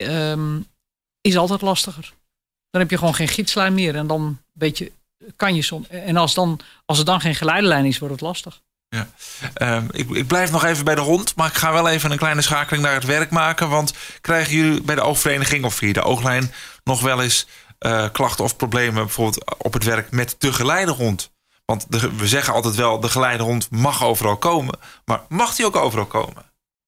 is altijd lastiger. Dan heb je gewoon geen giidslijn meer en dan weet je, kan je soms. En als er dan geen geleidelijn is, wordt het lastig. Ja. Ik blijf nog even bij de hond, maar ik ga wel even een kleine schakeling naar het werk maken. Want krijgen jullie bij de oogvereniging of via de ooglijn nog wel eens klachten of problemen bijvoorbeeld op het werk met de geleidehond? Want we zeggen altijd wel, de geleidehond mag overal komen. Maar mag die ook overal komen?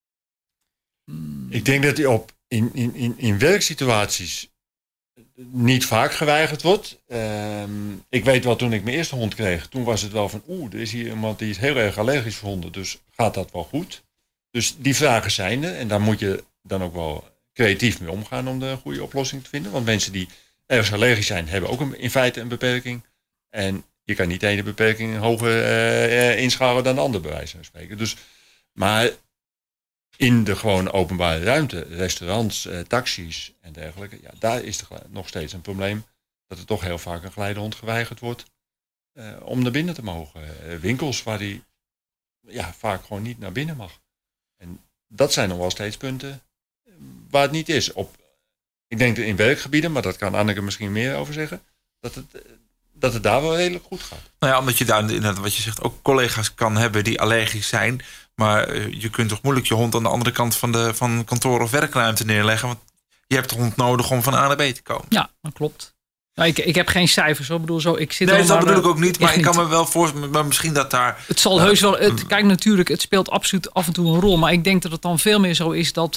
Ik denk dat die in werksituaties niet vaak geweigerd wordt. Ik weet wel, toen ik mijn eerste hond kreeg, toen was het wel van, er is hier iemand die is heel erg allergisch voor honden, dus gaat dat wel goed? Dus die vragen zijn er en daar moet je dan ook wel creatief mee omgaan om de goede oplossing te vinden. Want mensen die ergens allergisch zijn, hebben ook in feite een beperking. En je kan niet de ene beperking hoger inschalen dan de andere, bij wijze van spreken. Dus, maar in de gewoon openbare ruimte, restaurants, taxis en dergelijke, daar is nog steeds een probleem dat er toch heel vaak een geleidehond geweigerd wordt om naar binnen te mogen. Winkels waar die vaak gewoon niet naar binnen mag. En dat zijn nog wel steeds punten waar het niet is. Ik denk in werkgebieden, maar dat kan Anneke misschien meer over zeggen, dat het daar wel redelijk goed gaat. Nou ja, omdat je daar inderdaad, wat je zegt, ook collega's kan hebben die allergisch zijn. Maar je kunt toch moeilijk je hond aan de andere kant van kantoor of werkruimte neerleggen. Want je hebt de hond nodig om van A naar B te komen. Ja, dat klopt. Nou, ik heb geen cijfers. Ik bedoel, dat bedoel ik ook niet. Maar ik kan me wel voorstellen, maar misschien dat daar... Het zal heus wel... Kijk, natuurlijk, het speelt absoluut af en toe een rol. Maar ik denk dat het dan veel meer zo is dat...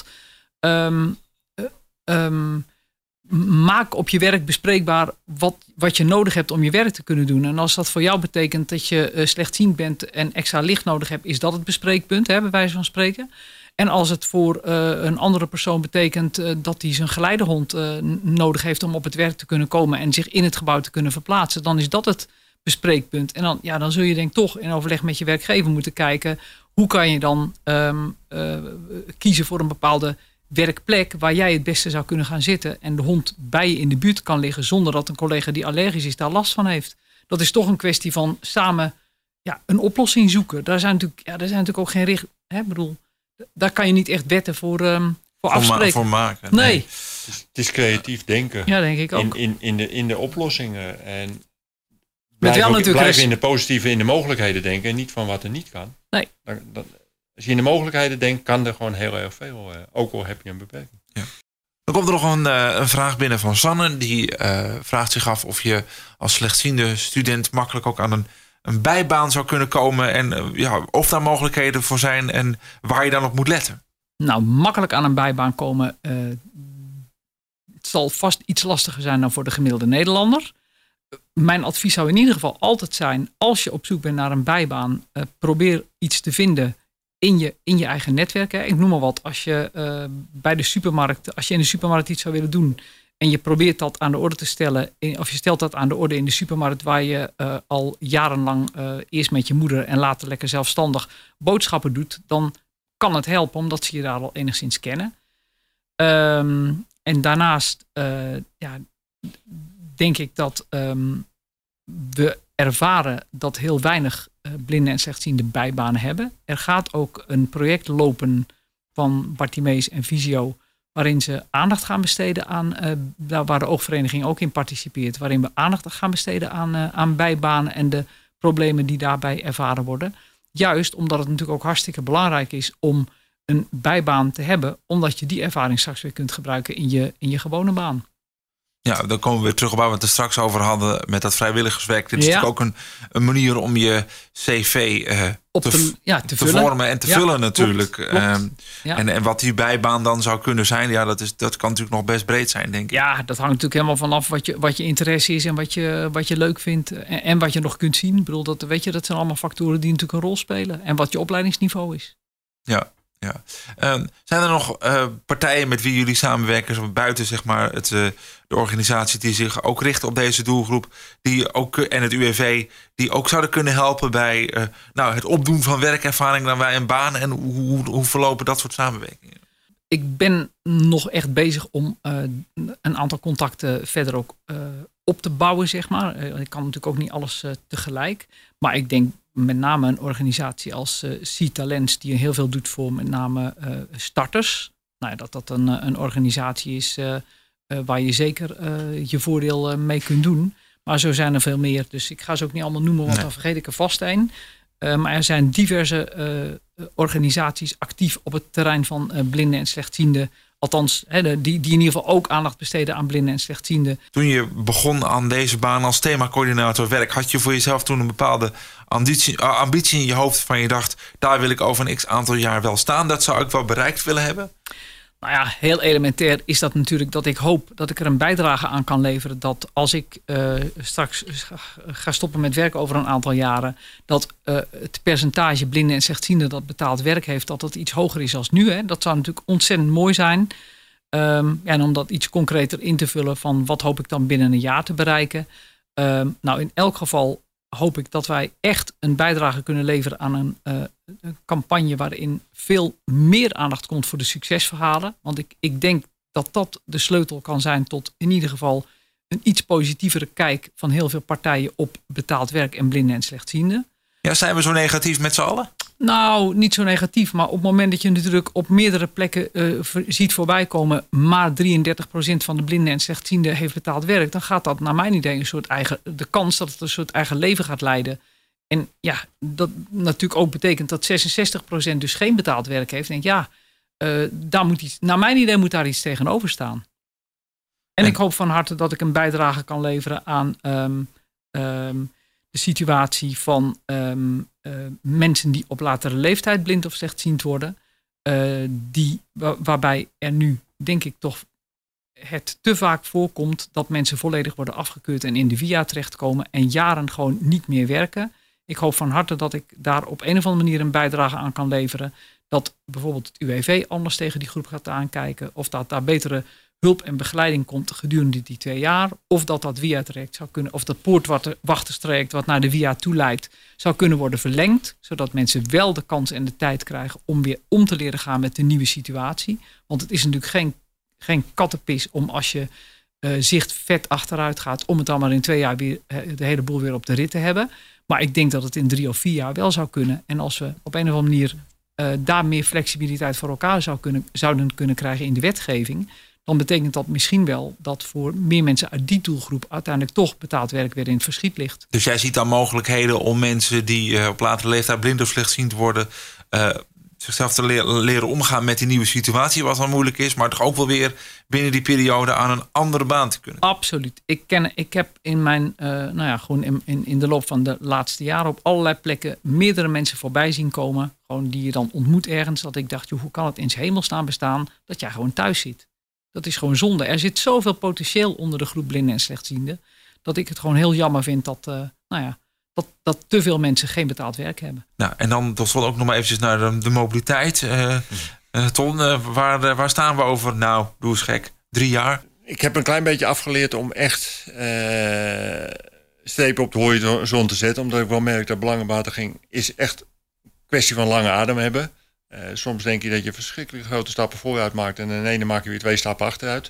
maak op je werk bespreekbaar wat je nodig hebt om je werk te kunnen doen. En als dat voor jou betekent dat je slechtziend bent en extra licht nodig hebt, is dat het bespreekpunt, bij wijze van spreken. En als het voor een andere persoon betekent dat hij zijn geleidehond nodig heeft om op het werk te kunnen komen en zich in het gebouw te kunnen verplaatsen, dan is dat het bespreekpunt. En dan zul je denk ik toch in overleg met je werkgever moeten kijken, hoe kan je dan kiezen voor een bepaalde werkplek waar jij het beste zou kunnen gaan zitten en de hond bij je in de buurt kan liggen zonder dat een collega die allergisch is daar last van heeft. Dat is toch een kwestie van samen een oplossing zoeken. Daar zijn natuurlijk ook geen richtlijnen. Bedoel, daar kan je niet echt wetten voor afspreken. Voor maken. Nee. Het is creatief denken. Ja, denk ik ook. In de oplossingen. En blijf in de positieve, in de mogelijkheden denken en niet van wat er niet kan. Nee. Als je in de mogelijkheden denkt, kan er gewoon heel erg veel. Ook al heb je een beperking. Ja. Dan komt er nog een vraag binnen van Sanne. Die vraagt zich af of je als slechtziende student makkelijk ook aan een bijbaan zou kunnen komen. En of daar mogelijkheden voor zijn en waar je dan op moet letten. Nou, makkelijk aan een bijbaan komen. Het zal vast iets lastiger zijn dan voor de gemiddelde Nederlander. Mijn advies zou in ieder geval altijd zijn, als je op zoek bent naar een bijbaan, probeer iets te vinden in je eigen netwerk. Hè. Ik noem maar wat, als je bij de supermarkt, als je in de supermarkt iets zou willen doen en je probeert dat aan de orde te stellen, of je stelt dat aan de orde in de supermarkt waar je al jarenlang eerst met je moeder en later lekker zelfstandig boodschappen doet, dan kan het helpen omdat ze je daar al enigszins kennen. En daarnaast denk ik dat we ervaren dat heel weinig blinden en slechtzienden bijbanen hebben. Er gaat ook een project lopen van Bartimeus en Visio, waarin ze aandacht gaan besteden aan, waar de oogvereniging ook in participeert, waarin we aandacht gaan besteden aan bijbanen en de problemen die daarbij ervaren worden. Juist omdat het natuurlijk ook hartstikke belangrijk is om een bijbaan te hebben, omdat je die ervaring straks weer kunt gebruiken in je gewone baan. Ja, dan komen we weer terug op waar we het er straks over hadden met dat vrijwilligerswerk. Dit is natuurlijk ook een manier om je cv te vormen en te vullen natuurlijk. Klopt. En wat die bijbaan dan zou kunnen zijn, dat kan natuurlijk nog best breed zijn, denk ik. Ja, dat hangt natuurlijk helemaal vanaf wat je interesse is en wat je leuk vindt en wat je nog kunt zien. Ik bedoel, dat zijn allemaal factoren die natuurlijk een rol spelen. En wat je opleidingsniveau is. Ja. Zijn er nog partijen met wie jullie samenwerken buiten zeg maar de organisatie die zich ook richten op deze doelgroep, die ook en het UWV die ook zouden kunnen helpen bij het opdoen van werkervaring dan bij een baan, en hoe verlopen dat soort samenwerkingen? Ik ben nog echt bezig om een aantal contacten verder ook op te bouwen, zeg maar. Ik kan natuurlijk ook niet alles tegelijk, maar ik denk met name een organisatie als C-Talents, die heel veel doet voor met name starters. Nou, dat een organisatie is waar je zeker je voordeel mee kunt doen. Maar zo zijn er veel meer. Dus ik ga ze ook niet allemaal noemen, want dan vergeet ik er vast een. Maar er zijn diverse organisaties actief op het terrein van blinden en slechtzienden. Althans, die in ieder geval ook aandacht besteden aan blinden en slechtzienden. Toen je begon aan deze baan als themacoördinator werk, had je voor jezelf toen een bepaalde ambitie in je hoofd van je dacht, daar wil ik over een x aantal jaar wel staan. Dat zou ik wel bereikt willen hebben? Nou ja, heel elementair is dat natuurlijk dat ik hoop dat ik er een bijdrage aan kan leveren. Dat als ik straks ga stoppen met werk over een aantal jaren, dat het percentage blinden en slechtzienden dat betaald werk heeft, dat iets hoger is als nu. Hè. Dat zou natuurlijk ontzettend mooi zijn. En om dat iets concreter in te vullen van wat hoop ik dan binnen een jaar te bereiken. In elk geval hoop ik dat wij echt een bijdrage kunnen leveren aan een campagne waarin veel meer aandacht komt voor de succesverhalen. Want ik denk dat dat de sleutel kan zijn tot in ieder geval een iets positievere kijk van heel veel partijen op betaald werk en blinden en slechtzienden. Ja, zijn we zo negatief met z'n allen? Nou, niet zo negatief, maar op het moment dat je natuurlijk op meerdere plekken ziet voorbij komen, maar 33% van de blinden en slechtzienden heeft betaald werk, dan gaat dat naar mijn idee een soort de kans dat het een soort eigen leven gaat leiden. En ja, dat natuurlijk ook betekent dat 66% dus geen betaald werk heeft. En daar moet iets, naar mijn idee moet daar iets tegenover staan. En ik hoop van harte dat ik een bijdrage kan leveren aan de situatie van mensen die op latere leeftijd blind of slechtziend worden. Waarbij er nu, denk ik toch, het te vaak voorkomt dat mensen volledig worden afgekeurd en in de via terechtkomen en jaren gewoon niet meer werken. Ik hoop van harte dat ik daar op een of andere manier een bijdrage aan kan leveren. Dat bijvoorbeeld het UWV anders tegen die groep gaat aankijken. Of dat daar betere hulp en begeleiding komt gedurende die 2 jaar. Of dat via-traject zou kunnen, of dat poortwachterstraject wat naar de via toe leidt, zou kunnen worden verlengd. Zodat mensen wel de kans en de tijd krijgen om weer om te leren gaan met de nieuwe situatie. Want het is natuurlijk geen kattenpis om als je zicht vet achteruit gaat, om het dan maar in 2 jaar weer de hele boel weer op de rit te hebben. Maar ik denk dat het in 3 of 4 jaar wel zou kunnen. En als we op een of andere manier daar meer flexibiliteit voor elkaar zouden kunnen krijgen in de wetgeving, dan betekent dat misschien wel dat voor meer mensen uit die doelgroep uiteindelijk toch betaald werk weer in het verschiet ligt. Dus jij ziet dan mogelijkheden om mensen die op latere leeftijd blind of slechtziend worden, zichzelf te leren omgaan met die nieuwe situatie, wat wel moeilijk is, maar toch ook wel weer binnen die periode aan een andere baan te kunnen. Absoluut. Ik heb in mijn, gewoon in de loop van de laatste jaren op allerlei plekken meerdere mensen voorbij zien komen, gewoon die je dan ontmoet ergens, dat ik dacht, hoe kan het in 's hemelsnaam bestaan dat jij gewoon thuis zit? Dat is gewoon zonde. Er zit zoveel potentieel onder de groep blinden en slechtzienden, dat ik het gewoon heel jammer vind dat te veel mensen geen betaald werk hebben. Nou, en dan tot slot ook nog maar eventjes naar de mobiliteit. Ton, waar staan we over? Nou, doe eens gek. 3 jaar? Ik heb een klein beetje afgeleerd om echt strepen op de horizon te zetten. Omdat ik wel merk dat belangenbehartiging is echt een kwestie van lange adem hebben. Soms denk je dat je verschrikkelijk grote stappen vooruit maakt. En in de ene maak je weer 2 stappen achteruit.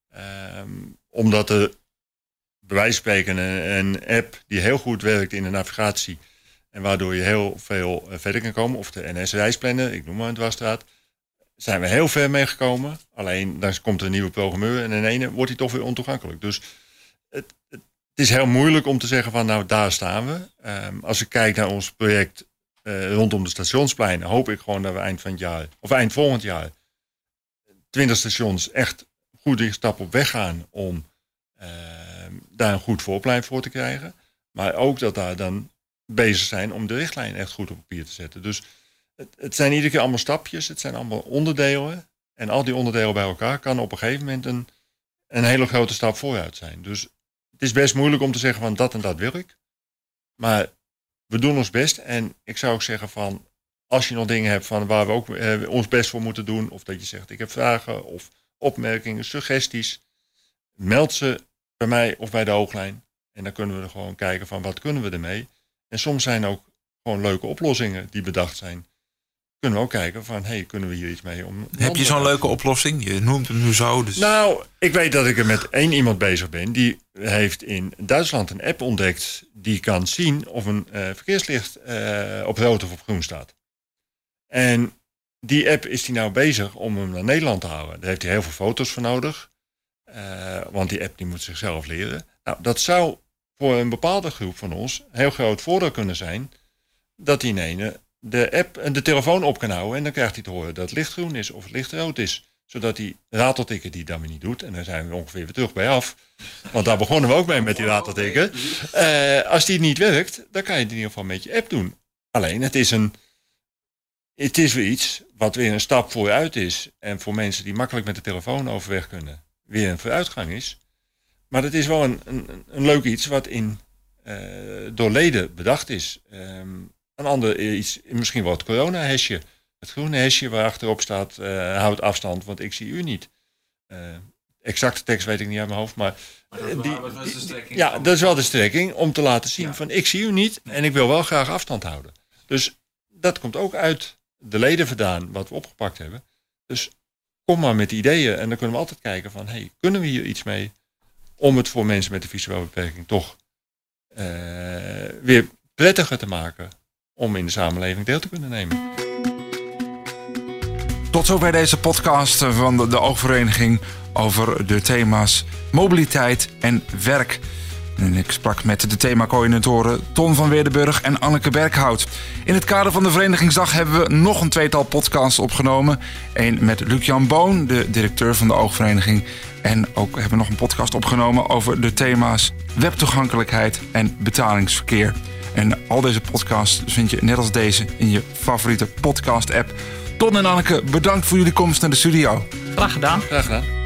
Omdat er bij wijze van spreken een app die heel goed werkt in de navigatie. En waardoor je heel veel verder kan komen. Of de NS-reisplanner, ik noem maar een dwarsstraat. Zijn we heel ver mee gekomen. Alleen dan komt er een nieuwe programmeur en in ene wordt hij toch weer ontoegankelijk. Dus het is heel moeilijk om te zeggen van nou daar staan we. Als ik kijk naar ons project rondom de stationspleinen, hoop ik gewoon dat we eind volgend jaar 20 stations echt goed een stap op weg gaan om daar een goed voorplein voor te krijgen. Maar ook dat daar dan bezig zijn om de richtlijn echt goed op papier te zetten. Dus het zijn iedere keer allemaal stapjes, het zijn allemaal onderdelen. En al die onderdelen bij elkaar kan op een gegeven moment een hele grote stap vooruit zijn. Dus het is best moeilijk om te zeggen van dat en dat wil ik. Maar we doen ons best. En ik zou ook zeggen van als je nog dingen hebt van waar we ook ons best voor moeten doen. Of dat je zegt ik heb vragen of opmerkingen, suggesties. Meld ze bij mij of bij de hooglijn. En dan kunnen we er gewoon kijken van wat kunnen we ermee. En soms zijn ook gewoon leuke oplossingen die bedacht zijn. Kunnen we ook kijken van, kunnen we hier iets mee? Heb je zo'n leuke oplossing? Je noemt hem nu zo. Dus... Nou, ik weet dat ik er met 1 iemand bezig ben. Die heeft in Duitsland een app ontdekt die kan zien of een verkeerslicht op rood of op groen staat. En die app is hij nou bezig om hem naar Nederland te halen. Daar heeft hij heel veel foto's voor nodig. Want die app die moet zichzelf leren. Nou, dat zou voor een bepaalde groep van ons heel groot voordeel kunnen zijn. Dat die ene de app en de telefoon op kan houden. En dan krijgt hij te horen dat het lichtgroen is of het lichtrood is. Zodat die rateltikker die dat weer niet doet. En daar zijn we ongeveer weer terug bij af. Want daar begonnen we ook mee met die rateltikker. Als die niet werkt, dan kan je het in ieder geval met je app doen. Alleen het is weer iets wat weer een stap vooruit is. En voor mensen die makkelijk met de telefoon overweg kunnen. Weer een vooruitgang is. Maar het is wel een leuk iets wat door leden bedacht is. Een ander iets, misschien wel het corona-hesje. Het groene hesje waar achterop staat, houd afstand, want ik zie u niet. Exacte tekst weet ik niet uit mijn hoofd, maar... dat is wel de strekking om te laten zien van ik zie u niet en ik wil wel graag afstand houden. Dus dat komt ook uit de leden vandaan wat we opgepakt hebben. Dus kom maar met ideeën en dan kunnen we altijd kijken van kunnen we hier iets mee om het voor mensen met een visuele beperking toch weer prettiger te maken om in de samenleving deel te kunnen nemen. Tot zover deze podcast van de Oogvereniging over de thema's mobiliteit en werk. En ik sprak met de themacoördinatoren Ton van Weerdenburg en Anneke Berkhout. In het kader van de Verenigingsdag hebben we nog een 2-tal podcasts opgenomen. Eén met Luc-Jan Boon, de directeur van de Oogvereniging. En ook hebben we nog een podcast opgenomen over de thema's webtoegankelijkheid en betalingsverkeer. En al deze podcasts vind je net als deze in je favoriete podcast-app. Ton en Anneke, bedankt voor jullie komst naar de studio. Graag gedaan. Graag gedaan.